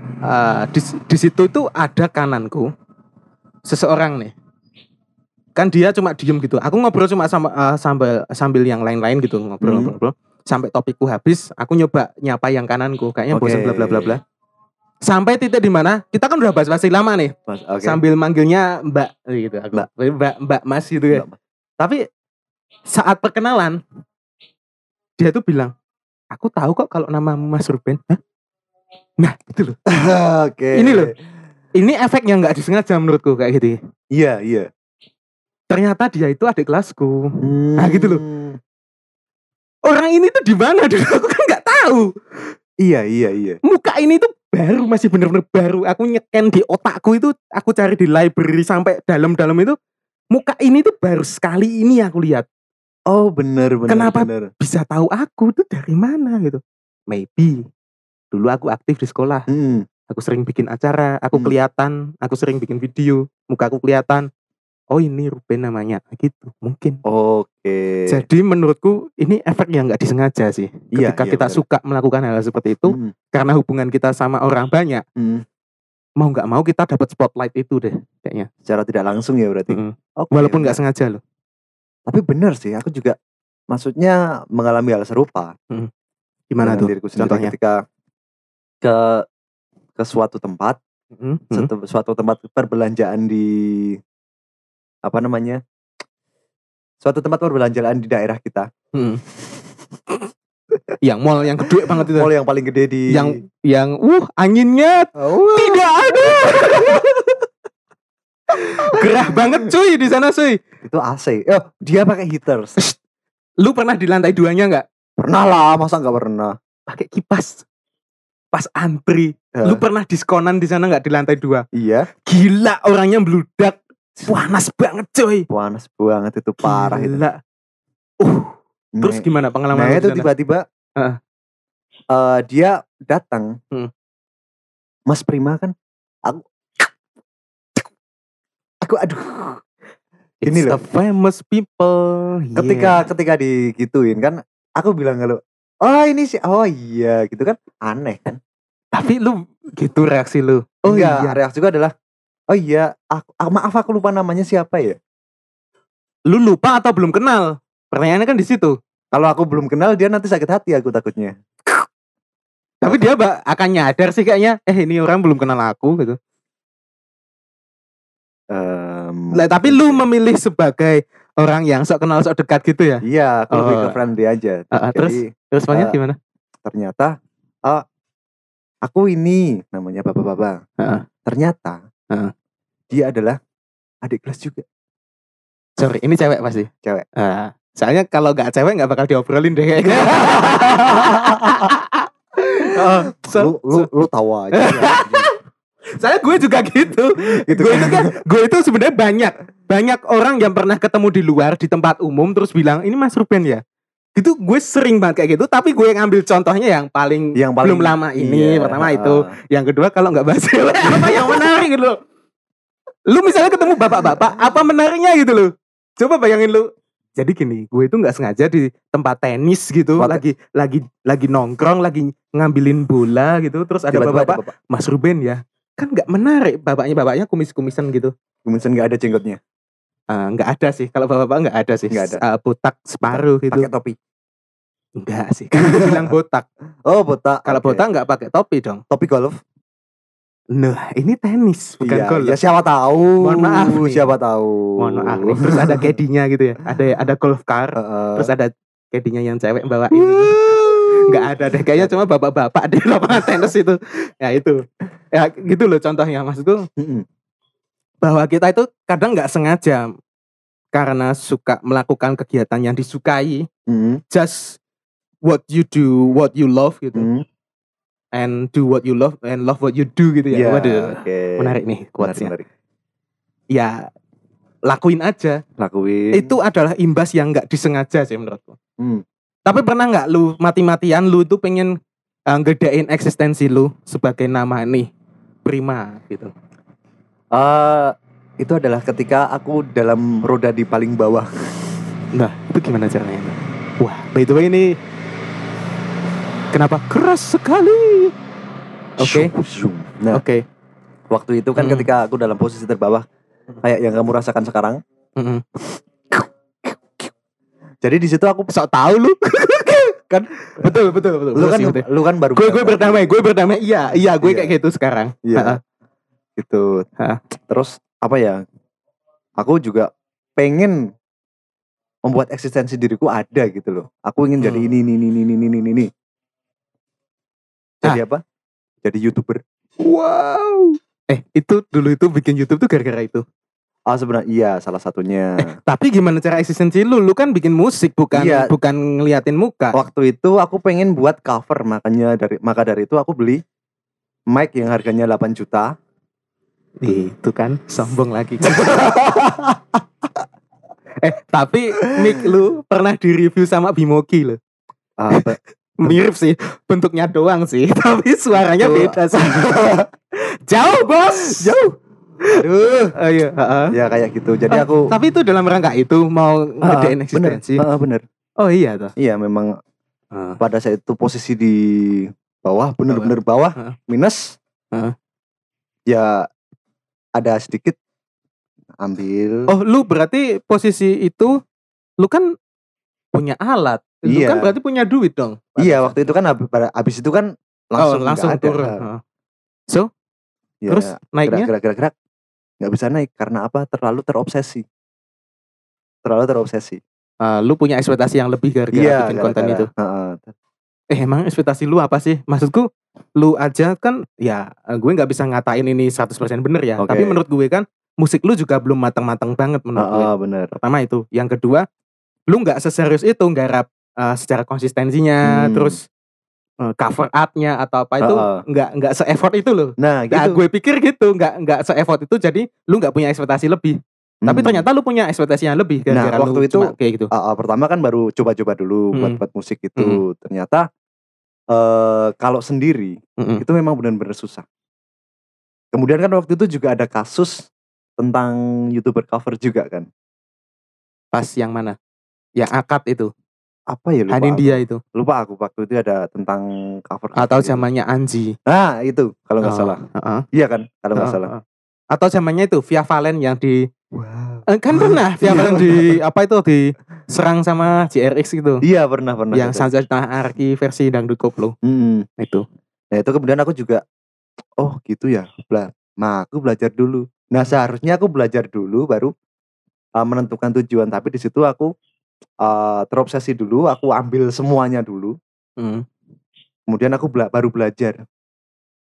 [SPEAKER 2] di situ itu ada kananku seseorang nih. Kan dia cuma diem gitu. Aku ngobrol cuma sambil yang lain-lain gitu, ngobrol. Sampai topikku habis, aku nyoba nyapa yang kananku, kayaknya bosan bla bla bla bla. Sampai titik di mana kita kan udah basa-basi lama nih. Sambil manggilnya Mbak gitu aku. Mbak Mas gitu ya. Tapi saat perkenalan dia tuh bilang, "Aku tahu kok kalau nama Mas Ruben." Hah? Nah, itu loh. Ini loh. Ini efek yang enggak disengaja menurutku kayak gitu.
[SPEAKER 1] Iya.
[SPEAKER 2] Ternyata dia itu adik kelasku. Nah gitu loh. Orang ini tuh di mana dulu? Aku kan nggak tahu.
[SPEAKER 1] Iya.
[SPEAKER 2] Muka ini tuh baru, masih bener-bener baru. Aku nyeken di otakku itu, aku cari di library sampai dalam-dalam itu. Muka ini tuh baru sekali ini aku lihat.
[SPEAKER 1] Oh bener.
[SPEAKER 2] Kenapa bisa tahu aku tuh dari mana gitu? Maybe dulu aku aktif di sekolah. Aku sering bikin acara, aku kelihatan, aku sering bikin video, muka aku kelihatan. Oh ini Ruben namanya, gitu mungkin.
[SPEAKER 1] Oke.
[SPEAKER 2] Jadi menurutku ini efek yang nggak disengaja sih. Ketika kita suka melakukan hal seperti itu, karena hubungan kita sama orang banyak, mau nggak mau kita dapat spotlight itu deh, kayaknya.
[SPEAKER 1] Secara tidak langsung ya berarti.
[SPEAKER 2] Walaupun nggak sengaja loh.
[SPEAKER 1] Tapi benar sih, aku juga maksudnya mengalami hal serupa.
[SPEAKER 2] Gimana tuh? Contohnya
[SPEAKER 1] ketika ke suatu tempat, suatu tempat perbelanjaan di suatu tempat perbelanjaan di daerah kita.
[SPEAKER 2] Yang mall yang gede banget itu.
[SPEAKER 1] Mall yang paling gede di
[SPEAKER 2] yang anginnya tidak ada. Gerah banget cuy di sana cuy.
[SPEAKER 1] Itu AC. Dia pakai heaters.
[SPEAKER 2] Lu pernah di lantai 2-nya enggak?
[SPEAKER 1] Pernah lah, masa enggak pernah?
[SPEAKER 2] Pakai kipas. Pas antri. Lu pernah diskonan di sana enggak di lantai 2?
[SPEAKER 1] Iya.
[SPEAKER 2] Gila, orangnya meludak. Panas banget coy.
[SPEAKER 1] Panas banget itu, parah itu.
[SPEAKER 2] Terus gimana pengalaman
[SPEAKER 1] itu tiba-tiba dia datang. Mas Prima kan. Aku aduh.
[SPEAKER 2] Ini loh, famous people.
[SPEAKER 1] Ketika digituin kan, aku bilang kalau ini sih, iya gitu kan, aneh kan.
[SPEAKER 2] Tapi lu gitu reaksi lu.
[SPEAKER 1] Iya. Reaksi gue adalah maaf aku lupa namanya siapa ya.
[SPEAKER 2] Lu lupa atau belum kenal? Pertanyaannya kan di situ.
[SPEAKER 1] Kalau aku belum kenal, dia nanti sakit hati aku takutnya.
[SPEAKER 2] Tapi dia akan nyadar sih kayaknya, ini orang belum kenal aku gitu. Tapi lu memilih sebagai orang yang sok kenal sok dekat gitu ya?
[SPEAKER 1] Iya, aku lebih ke friendly aja.
[SPEAKER 2] Terus gimana?
[SPEAKER 1] Ternyata aku ini namanya bapak-bapak. Ternyata dia adalah adik kelas juga.
[SPEAKER 2] Sorry, ini cewek pasti.
[SPEAKER 1] Cewek.
[SPEAKER 2] Soalnya kalau nggak cewek nggak bakal diobrolin deh kayaknya.
[SPEAKER 1] Lu tahu aja.
[SPEAKER 2] Soalnya gue juga gitu. Gue itu sebenarnya banyak orang yang pernah ketemu di luar di tempat umum terus bilang ini Mas Ruben ya. Gitu gue sering banget kayak gitu, tapi gue ngambil contohnya yang paling belum lama ini. Pertama itu, yang kedua kalau nggak bahas cewek apa yang menarik gitu loh. Lu misalnya ketemu bapak-bapak, apa menariknya gitu loh. Coba bayangin lu. Jadi gini, gue itu nggak sengaja di tempat tenis gitu, lagi nongkrong, lagi ngambilin bola gitu, terus ada bapak-bapak, Mas Ruben ya, kan nggak menarik, bapaknya kumis-kumisan gitu.
[SPEAKER 1] Kumisan nggak ada jenggotnya?
[SPEAKER 2] Nggak ada sih, kalau bapak-bapak nggak ada sih.
[SPEAKER 1] Nggak ada.
[SPEAKER 2] Botak separuh gitu.
[SPEAKER 1] Pakai topi?
[SPEAKER 2] Enggak sih, kan gue bilang botak.
[SPEAKER 1] Oh botak.
[SPEAKER 2] Kalau botak nggak pakai topi dong.
[SPEAKER 1] Topi golf?
[SPEAKER 2] Nah, ini tenis bukan golf.
[SPEAKER 1] Ya siapa tahu.
[SPEAKER 2] Mohon maaf nih.
[SPEAKER 1] Siapa tahu.
[SPEAKER 2] Mohon maaf nih. Terus ada caddy-nya gitu ya. Ada golf car. Terus ada caddy-nya yang cewek bawa ini. Enggak ada deh. Kayaknya cuma bapak-bapak di lapangan tenis itu. Ya itu. Ya gitu loh contohnya maksudku. Bahwa kita itu kadang nggak sengaja karena suka melakukan kegiatan yang disukai. Just what you do, what you love gitu. And do what you love and love what you do gitu ya. Waduh, menarik nih quotes-nya. Ya, lakuin aja. Itu adalah imbas yang gak disengaja sih menurutku. Tapi pernah gak lu mati-matian lu tuh pengen gedein eksistensi lu sebagai nama nih Prima gitu?
[SPEAKER 1] Itu adalah ketika aku dalam roda di paling bawah.
[SPEAKER 2] Nah, itu gimana caranya? Wah, by the way ini kenapa keras sekali? Oke.
[SPEAKER 1] Nah, waktu itu kan ketika aku dalam posisi terbawah, kayak yang kamu rasakan sekarang. Jadi di situ aku
[SPEAKER 2] sok tahu lu. Kan betul.
[SPEAKER 1] Lu kan baru.
[SPEAKER 2] Gue berdamai. Iya, gue kayak gitu sekarang.
[SPEAKER 1] Iya. Gitu. Terus apa ya? Aku juga pengen membuat eksistensi diriku ada gitu loh. Aku ingin jadi ini. Jadi apa? Jadi YouTuber.
[SPEAKER 2] Wow. Itu dulu itu bikin YouTube tuh gara-gara itu.
[SPEAKER 1] Sebenarnya iya salah satunya.
[SPEAKER 2] Tapi gimana cara eksistensi lu? Lu kan bikin musik bukan ngeliatin muka.
[SPEAKER 1] Waktu itu aku pengen buat cover, maka dari itu aku beli mic yang harganya 8 juta.
[SPEAKER 2] Itu kan sombong lagi. Tapi mic lu pernah di-review sama Bimoki lo. Mirip sih, bentuknya doang sih, tapi suaranya beda sih. Jauh bos, jauh.
[SPEAKER 1] Aduh, ya kayak gitu. Jadi aku.
[SPEAKER 2] Tapi itu dalam rangka itu mau ngedein eksistensi.
[SPEAKER 1] Bener.
[SPEAKER 2] Oh iya tuh.
[SPEAKER 1] Iya memang. Pada saat itu posisi di bawah, bener-bener bawah, minus. Ya ada sedikit ambil. Oh,
[SPEAKER 2] lu berarti posisi itu, lu kan punya alat. Lu kan berarti punya duit dong.
[SPEAKER 1] Iya, waktu itu kan habis itu kan langsung
[SPEAKER 2] turun. So, terus naiknya
[SPEAKER 1] gerak nggak bisa naik karena apa? Terlalu terobsesi.
[SPEAKER 2] Lu punya ekspektasi yang lebih gara-gara bikin konten itu. Emang ekspektasi lu apa sih? Maksudku, lu aja kan ya gue nggak bisa ngatain ini 100% bener ya. Tapi menurut gue kan musik lu juga belum matang-matang banget menurut gue.
[SPEAKER 1] Bener.
[SPEAKER 2] Pertama itu, yang kedua, lu nggak seserius itu nggarap secara konsistensinya, terus cover artnya atau apa itu nggak se-effort itu loh.
[SPEAKER 1] Nah, gitu.
[SPEAKER 2] Gue pikir gitu, nggak se-effort itu, jadi lu nggak punya ekspektasi lebih. Tapi ternyata lu punya ekspektasi yang lebih.
[SPEAKER 1] Nah, waktu itu
[SPEAKER 2] kayak gitu.
[SPEAKER 1] Pertama kan baru coba-coba dulu buat musik itu. Ternyata kalau sendiri itu memang benar-benar susah. Kemudian kan waktu itu juga ada kasus tentang YouTuber cover juga kan.
[SPEAKER 2] Pas yang mana? Yang akad itu.
[SPEAKER 1] Apa ya, lupa
[SPEAKER 2] Hanindia itu.
[SPEAKER 1] Lupa aku, waktu itu ada tentang cover.
[SPEAKER 2] Atau zamannya Anji.
[SPEAKER 1] Nah itu kalau gak salah. Iya kan kalau gak salah.
[SPEAKER 2] Atau zamannya itu Via Valen yang di kan pernah Via Valen di apa itu diserang sama JRX gitu.
[SPEAKER 1] Iya pernah.
[SPEAKER 2] Yang Sanjata Arki versi dangdut koplo. Itu.
[SPEAKER 1] Nah itu kemudian aku juga gitu ya. Nah aku belajar dulu. Nah seharusnya aku belajar dulu baru menentukan tujuan, tapi di situ aku terobsesi dulu, aku ambil semuanya dulu. Kemudian aku baru belajar.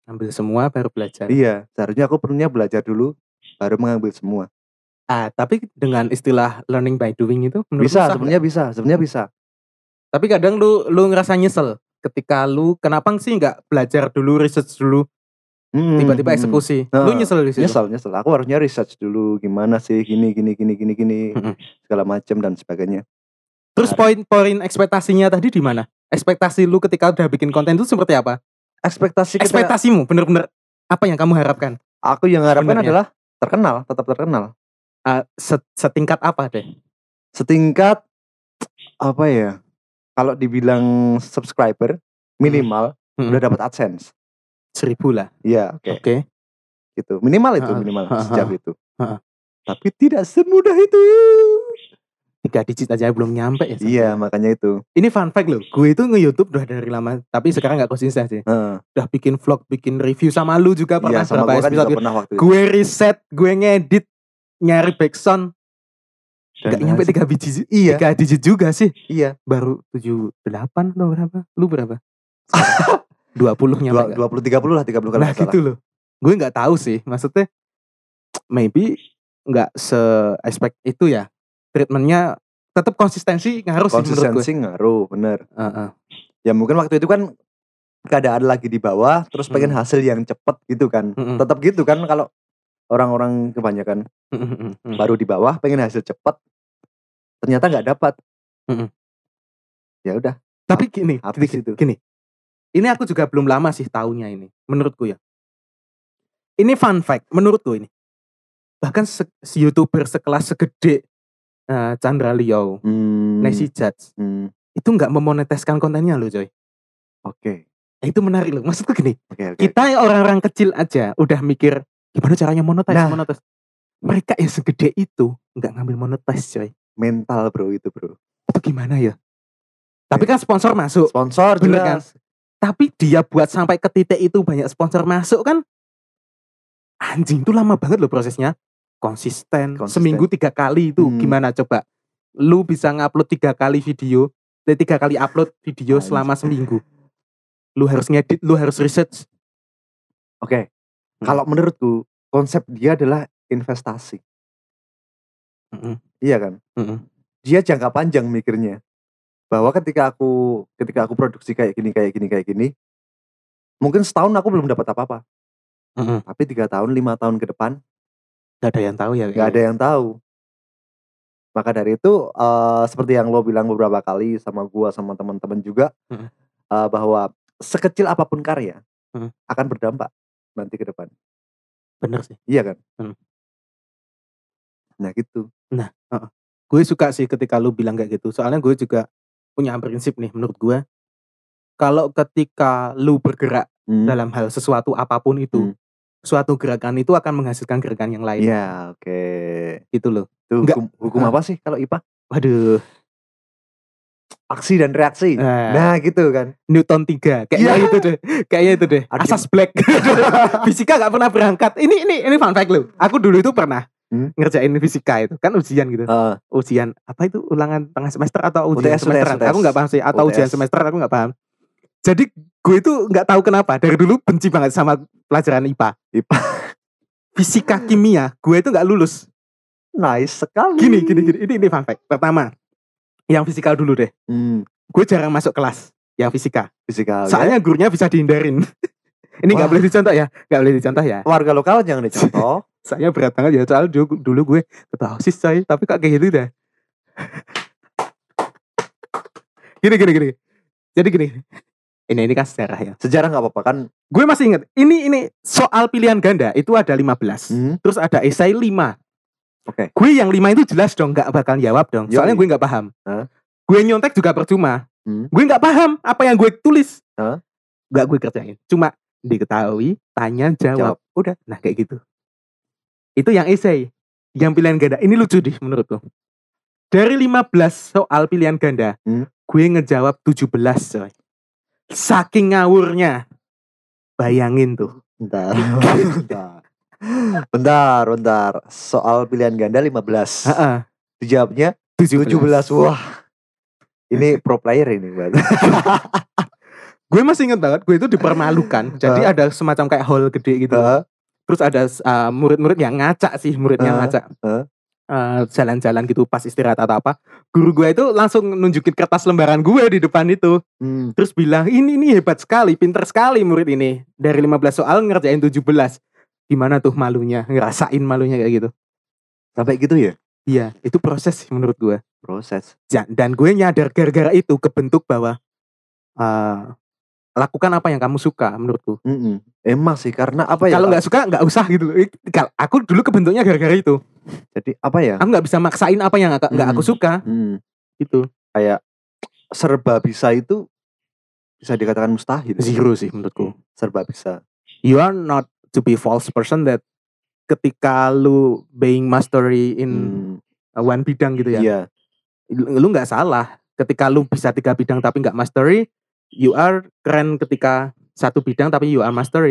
[SPEAKER 2] Ambil semua baru belajar.
[SPEAKER 1] Iya, seharusnya aku perlunya belajar dulu baru mengambil semua.
[SPEAKER 2] Tapi dengan istilah learning by doing itu menurut
[SPEAKER 1] Bisa, sebenarnya bisa.
[SPEAKER 2] Tapi kadang lu ngerasa nyesel ketika lu kenapa sih nggak belajar dulu, research dulu, tiba-tiba eksekusi. Lu nyesel di situ.
[SPEAKER 1] Nyesel. Aku harusnya research dulu gimana sih gini segala macam dan sebagainya.
[SPEAKER 2] Terus poin ekspektasinya tadi di mana? Ekspektasi lu ketika udah bikin konten itu seperti apa? Ekspektasimu bener-bener apa yang kamu harapkan?
[SPEAKER 1] Aku yang harapkan adalah tetap terkenal.
[SPEAKER 2] Setingkat apa deh?
[SPEAKER 1] Setingkat apa ya? Kalau dibilang subscriber minimal udah dapat AdSense
[SPEAKER 2] 1.000 lah.
[SPEAKER 1] Iya,
[SPEAKER 2] oke.
[SPEAKER 1] Gitu. Minimal sejauh itu. Tapi tidak semudah itu.
[SPEAKER 2] 3 digit aja belum nyampe ya.
[SPEAKER 1] Iya, makanya itu.
[SPEAKER 2] Ini fun fact loh. Gue itu nge-YouTube udah dari lama, tapi sekarang gak konsisten sih. Udah bikin vlog, bikin review sama lu juga pernah berapa episode. Gue riset, gue ngedit, nyari backsound. Gak nyampe 3 biji. Iya. 3 digit juga sih.
[SPEAKER 1] Iya.
[SPEAKER 2] Baru 78 atau berapa? Lu berapa? 20 nyampe
[SPEAKER 1] 20-30 lah, 30 kali.
[SPEAKER 2] Nah gitu loh. Gue gak tahu sih. Maksudnya maybe gak se-expect itu ya. Treatmentnya tetap konsistensi ngaruh sih menurut gue.
[SPEAKER 1] Konsistensi ngaruh, bener. Ya mungkin waktu itu kan keadaan lagi di bawah, terus pengen hasil yang cepet gitu kan. Tetap gitu kan kalau orang-orang kebanyakan baru di bawah pengen hasil cepet, ternyata nggak dapat. Ya udah.
[SPEAKER 2] Tapi gini. Ini aku juga belum lama sih taunya ini, menurutku ya. Ini fun fact menurutku ini. Bahkan YouTuber sekelas segede Chandra Leo, Nancy Judge, itu nggak memonetiskan kontennya loh coy.
[SPEAKER 1] Oke.
[SPEAKER 2] Itu menarik loh. Maksudku gini,
[SPEAKER 1] okay.
[SPEAKER 2] Kita orang-orang kecil aja udah mikir gimana caranya monetis. Mereka yang segede itu nggak ngambil monetis coy.
[SPEAKER 1] Mental bro itu bro.
[SPEAKER 2] Itu gimana ya? Tapi kan sponsor masuk.
[SPEAKER 1] Sponsor
[SPEAKER 2] bener kan? Tapi dia buat sampai ke titik itu banyak sponsor masuk kan? Anjing itu lama banget loh prosesnya. Konsisten. Seminggu 3 kali itu gimana coba? Lu bisa ngupload 3 kali video, 3 kali upload video selama seminggu. Lu harus ngedit, lu harus research.
[SPEAKER 1] Oke. Kalau menurutku konsep dia adalah investasi. Iya kan? Dia jangka panjang mikirnya. Bahwa ketika aku produksi kayak gini, mungkin setahun aku belum dapat apa-apa. Tapi 3 tahun, 5 tahun ke depan
[SPEAKER 2] gak ada yang tahu ya.
[SPEAKER 1] Gak ada yang tahu. Maka dari itu seperti yang lo bilang beberapa kali sama gua sama teman-teman juga, bahwa sekecil apapun karya akan berdampak nanti ke depan.
[SPEAKER 2] Bener sih.
[SPEAKER 1] Iya kan? Nah gitu.
[SPEAKER 2] Nah, gue suka sih ketika lu bilang kayak gitu. Soalnya gue juga punya prinsip nih menurut gue. Kalau ketika lu bergerak dalam hal sesuatu apapun itu, suatu gerakan itu akan menghasilkan gerakan yang lain.
[SPEAKER 1] Iya, oke.
[SPEAKER 2] Gitu loh.
[SPEAKER 1] Tuh, hukum apa sih kalau IPA?
[SPEAKER 2] Waduh.
[SPEAKER 1] Aksi dan reaksi. Nah gitu kan.
[SPEAKER 2] Newton 3. Kayaknya itu deh. Asas Black. Fisika gak pernah berangkat. Ini fun fact lu. Aku dulu itu pernah ngerjain fisika itu. Kan ujian gitu. Ujian apa itu? Ulangan tengah semester atau ujian semesteran? Aku gak paham sih. Atau ujian semester aku gak paham. Jadi gue itu gak tahu kenapa. Dari dulu benci banget sama pelajaran IPA. Fisika kimia. Gue itu gak lulus.
[SPEAKER 1] Nice sekali.
[SPEAKER 2] Gini. Ini fun fact. Pertama, yang fisikal dulu deh. Gue jarang masuk kelas yang fisika. Soalnya gurunya bisa dihindarin. Ini gak boleh dicontoh ya. Gak boleh dicontoh ya.
[SPEAKER 1] Warga lokal jangan dicontoh.
[SPEAKER 2] Saya berat banget ya. Soalnya dulu gue ketua OSIS coy. Tapi kok kayak gitu dah. Gini. Jadi gini. Ini kan sejarah ya.
[SPEAKER 1] Sejarah gak apa-apa kan.
[SPEAKER 2] Gue masih ingat. Ini soal pilihan ganda. Itu ada 15. Terus ada esai 5.
[SPEAKER 1] Oke.
[SPEAKER 2] Gue yang 5 itu jelas dong gak bakal jawab dong. Soalnya gue gak paham. Gue nyontek juga percuma. Gue gak paham apa yang gue tulis. Gak gue kerjain. Cuma diketahui, tanya, jawab. Udah. Nah kayak gitu. Itu yang esai. Yang pilihan ganda. Ini lucu deh menurutku. Dari 15 soal pilihan ganda, gue ngejawab 17 coy. Saking ngawurnya. Bayangin tuh.
[SPEAKER 1] Bentar. Soal pilihan ganda 15. Dijawabnya 17. Wah. Ini pro player ini.
[SPEAKER 2] Gue masih ingat banget, gue itu dipermalukan. Jadi ada semacam kayak hall gede gitu. Terus ada murid-murid yang ngacak sih, muridnya ngacak. Jalan-jalan gitu pas istirahat atau apa. Guru gue itu langsung nunjukin kertas lembaran gue di depan itu. Terus bilang, ini hebat sekali, pinter sekali murid ini. Dari 15 soal ngerjain 17. Gimana tuh malunya, ngerasain malunya kayak gitu.
[SPEAKER 1] Sampai gitu ya?
[SPEAKER 2] Iya, itu proses sih menurut gue.
[SPEAKER 1] Proses.
[SPEAKER 2] Dan gue nyadar gara-gara itu kebentuk bahwa lakukan apa yang kamu suka menurutku.
[SPEAKER 1] Emang sih, karena apa ya?
[SPEAKER 2] Kalau nggak suka nggak usah gitu. Aku dulu kebentuknya gara-gara itu.
[SPEAKER 1] Jadi apa ya?
[SPEAKER 2] Aku nggak bisa maksain apa yang nggak aku suka. Gitu.
[SPEAKER 1] Kayak serba bisa itu bisa dikatakan mustahil.
[SPEAKER 2] Zero sih menurutku.
[SPEAKER 1] Serba bisa.
[SPEAKER 2] You are not to be false person that ketika lu being mastery in one bidang gitu ya.
[SPEAKER 1] Iya.
[SPEAKER 2] Lu nggak salah. Ketika lu bisa 3 bidang tapi nggak mastery, you are keren ketika 1 bidang tapi you are mastery.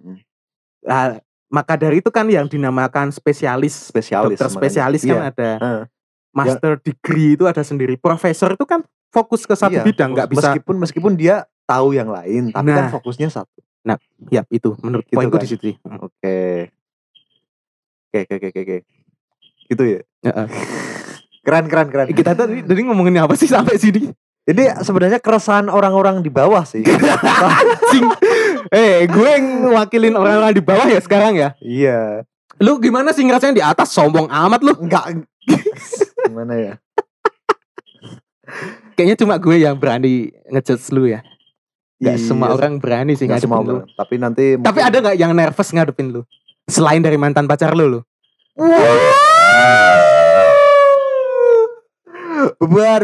[SPEAKER 2] Maka dari itu kan yang dinamakan spesialis. Dokter spesialis kan ada. Master degree itu ada sendiri. Profesor itu kan fokus ke 1 bidang, nggak bisa.
[SPEAKER 1] Meskipun dia tahu yang lain, tapi kan fokusnya 1.
[SPEAKER 2] Nah, ya itu menurut gitu poinku kan? Di situ.
[SPEAKER 1] Oke. Gitu ya. Keren.
[SPEAKER 2] Kita tadi ngomongin apa sih sampai sini?
[SPEAKER 1] Ini sebenarnya keresahan orang-orang di bawah sih.
[SPEAKER 2] Gue ngewakilin orang-orang di bawah ya sekarang ya.
[SPEAKER 1] Iya.
[SPEAKER 2] Lu gimana sih ngerasain di atas? Sombong amat lu.
[SPEAKER 1] Enggak. Gimana ya?
[SPEAKER 2] Kayaknya cuma gue yang berani ngejudge lu ya. Gak semua orang berani sih ngadepin lu.
[SPEAKER 1] Tapi nanti
[SPEAKER 2] Tapi ada gak yang nervous ngadepin lu? Selain dari mantan pacar lu.
[SPEAKER 1] Bubar.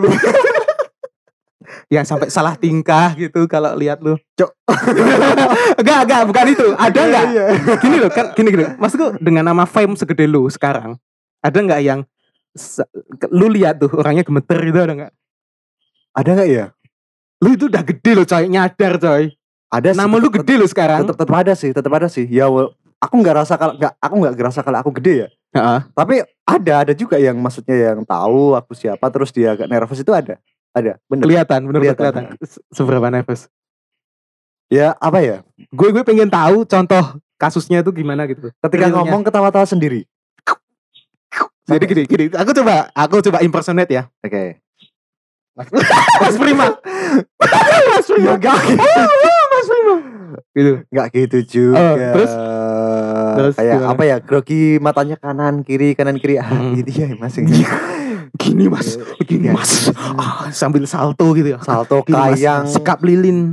[SPEAKER 2] Ya sampai salah tingkah gitu kalau lihat lu. Cok. Enggak, bukan itu. Ada enggak? Gini loh, kan gini. Maksudku dengan nama fame segede lu sekarang, ada enggak yang lu lihat tuh orangnya gemeter gitu, ada enggak?
[SPEAKER 1] Ada enggak ya?
[SPEAKER 2] Lu itu udah gede loh coy, nyadar coy. Ada sih. Nama lu gede loh sekarang.
[SPEAKER 1] Tetap ada sih. Ya aku enggak ngerasa kalau aku gede ya. Tapi ada juga yang maksudnya yang tahu aku siapa terus dia agak nervous itu ada. Bener. Kelihatan.
[SPEAKER 2] Seberapa nervous?
[SPEAKER 1] Ya apa ya?
[SPEAKER 2] Gue pengen tahu contoh kasusnya itu gimana gitu.
[SPEAKER 1] Ketika ngomong ketawa-tawa sendiri.
[SPEAKER 2] Jadi gini. Aku coba impersonate ya.
[SPEAKER 1] Oke.
[SPEAKER 2] Mas Prima. Gitu.
[SPEAKER 1] Enggak gitu juga.
[SPEAKER 2] Terus
[SPEAKER 1] kayak gimana? Apa ya? Grogi matanya kanan kiri. Gitu ya masing.
[SPEAKER 2] Gini mas. Sambil salto gitu ya.
[SPEAKER 1] Salto kayang.
[SPEAKER 2] Sekap lilin.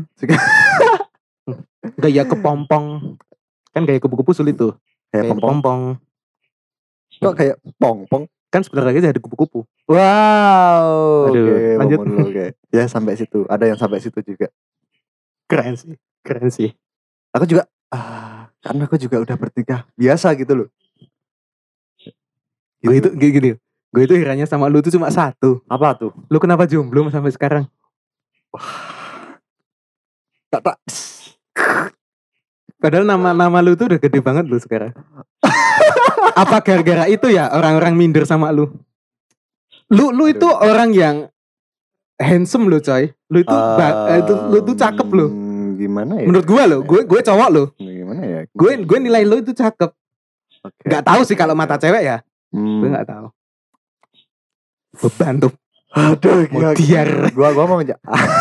[SPEAKER 2] Gaya kepompong. Kan gaya kupu-kupu sulit tuh. Kayak pompong.
[SPEAKER 1] Kok kayak pong-pong?
[SPEAKER 2] Kan sebenarnya jadi kupu-kupu.
[SPEAKER 1] Wow.
[SPEAKER 2] Aduh, lanjut.
[SPEAKER 1] Oke. Ya sampai situ. Ada yang sampai situ juga.
[SPEAKER 2] Keren sih.
[SPEAKER 1] Aku juga karena aku juga udah bernikah biasa gitu loh.
[SPEAKER 2] Gitu. Gue itu herannya sama lu tuh cuma 1.
[SPEAKER 1] Apa tuh?
[SPEAKER 2] Lu kenapa jomblo sampai sekarang?
[SPEAKER 1] Tak.
[SPEAKER 2] Padahal nama lu tuh udah gede banget lu sekarang. Apa gara-gara itu ya orang-orang minder sama lu? Lu itu orang yang handsome lu coy. Lu itu lu tuh cakep lu.
[SPEAKER 1] Gimana ya?
[SPEAKER 2] Menurut gue lo, gue cowok lo.
[SPEAKER 1] Gimana ya?
[SPEAKER 2] Gue nilai lo itu cakep.
[SPEAKER 1] Okay.
[SPEAKER 2] Gak tahu sih kalau mata cewek ya. Gue gak tahu. Beban tuh.
[SPEAKER 1] Aduh,
[SPEAKER 2] biar
[SPEAKER 1] gua mau ngejak.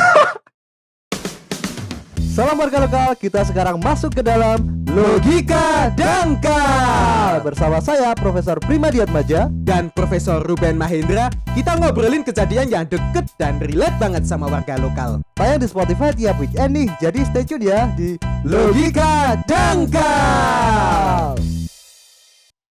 [SPEAKER 1] Salam warga lokal, kita sekarang masuk ke dalam
[SPEAKER 2] Logika Dangkal
[SPEAKER 1] bersama saya Profesor Prima Diatmaja
[SPEAKER 2] dan Profesor Ruben Mahendra. Kita ngobrolin kejadian yang deket dan relate banget sama warga lokal.
[SPEAKER 1] Tayang di Spotify tiap weekend nih, jadi stay tune ya di
[SPEAKER 2] Logika Dangkal.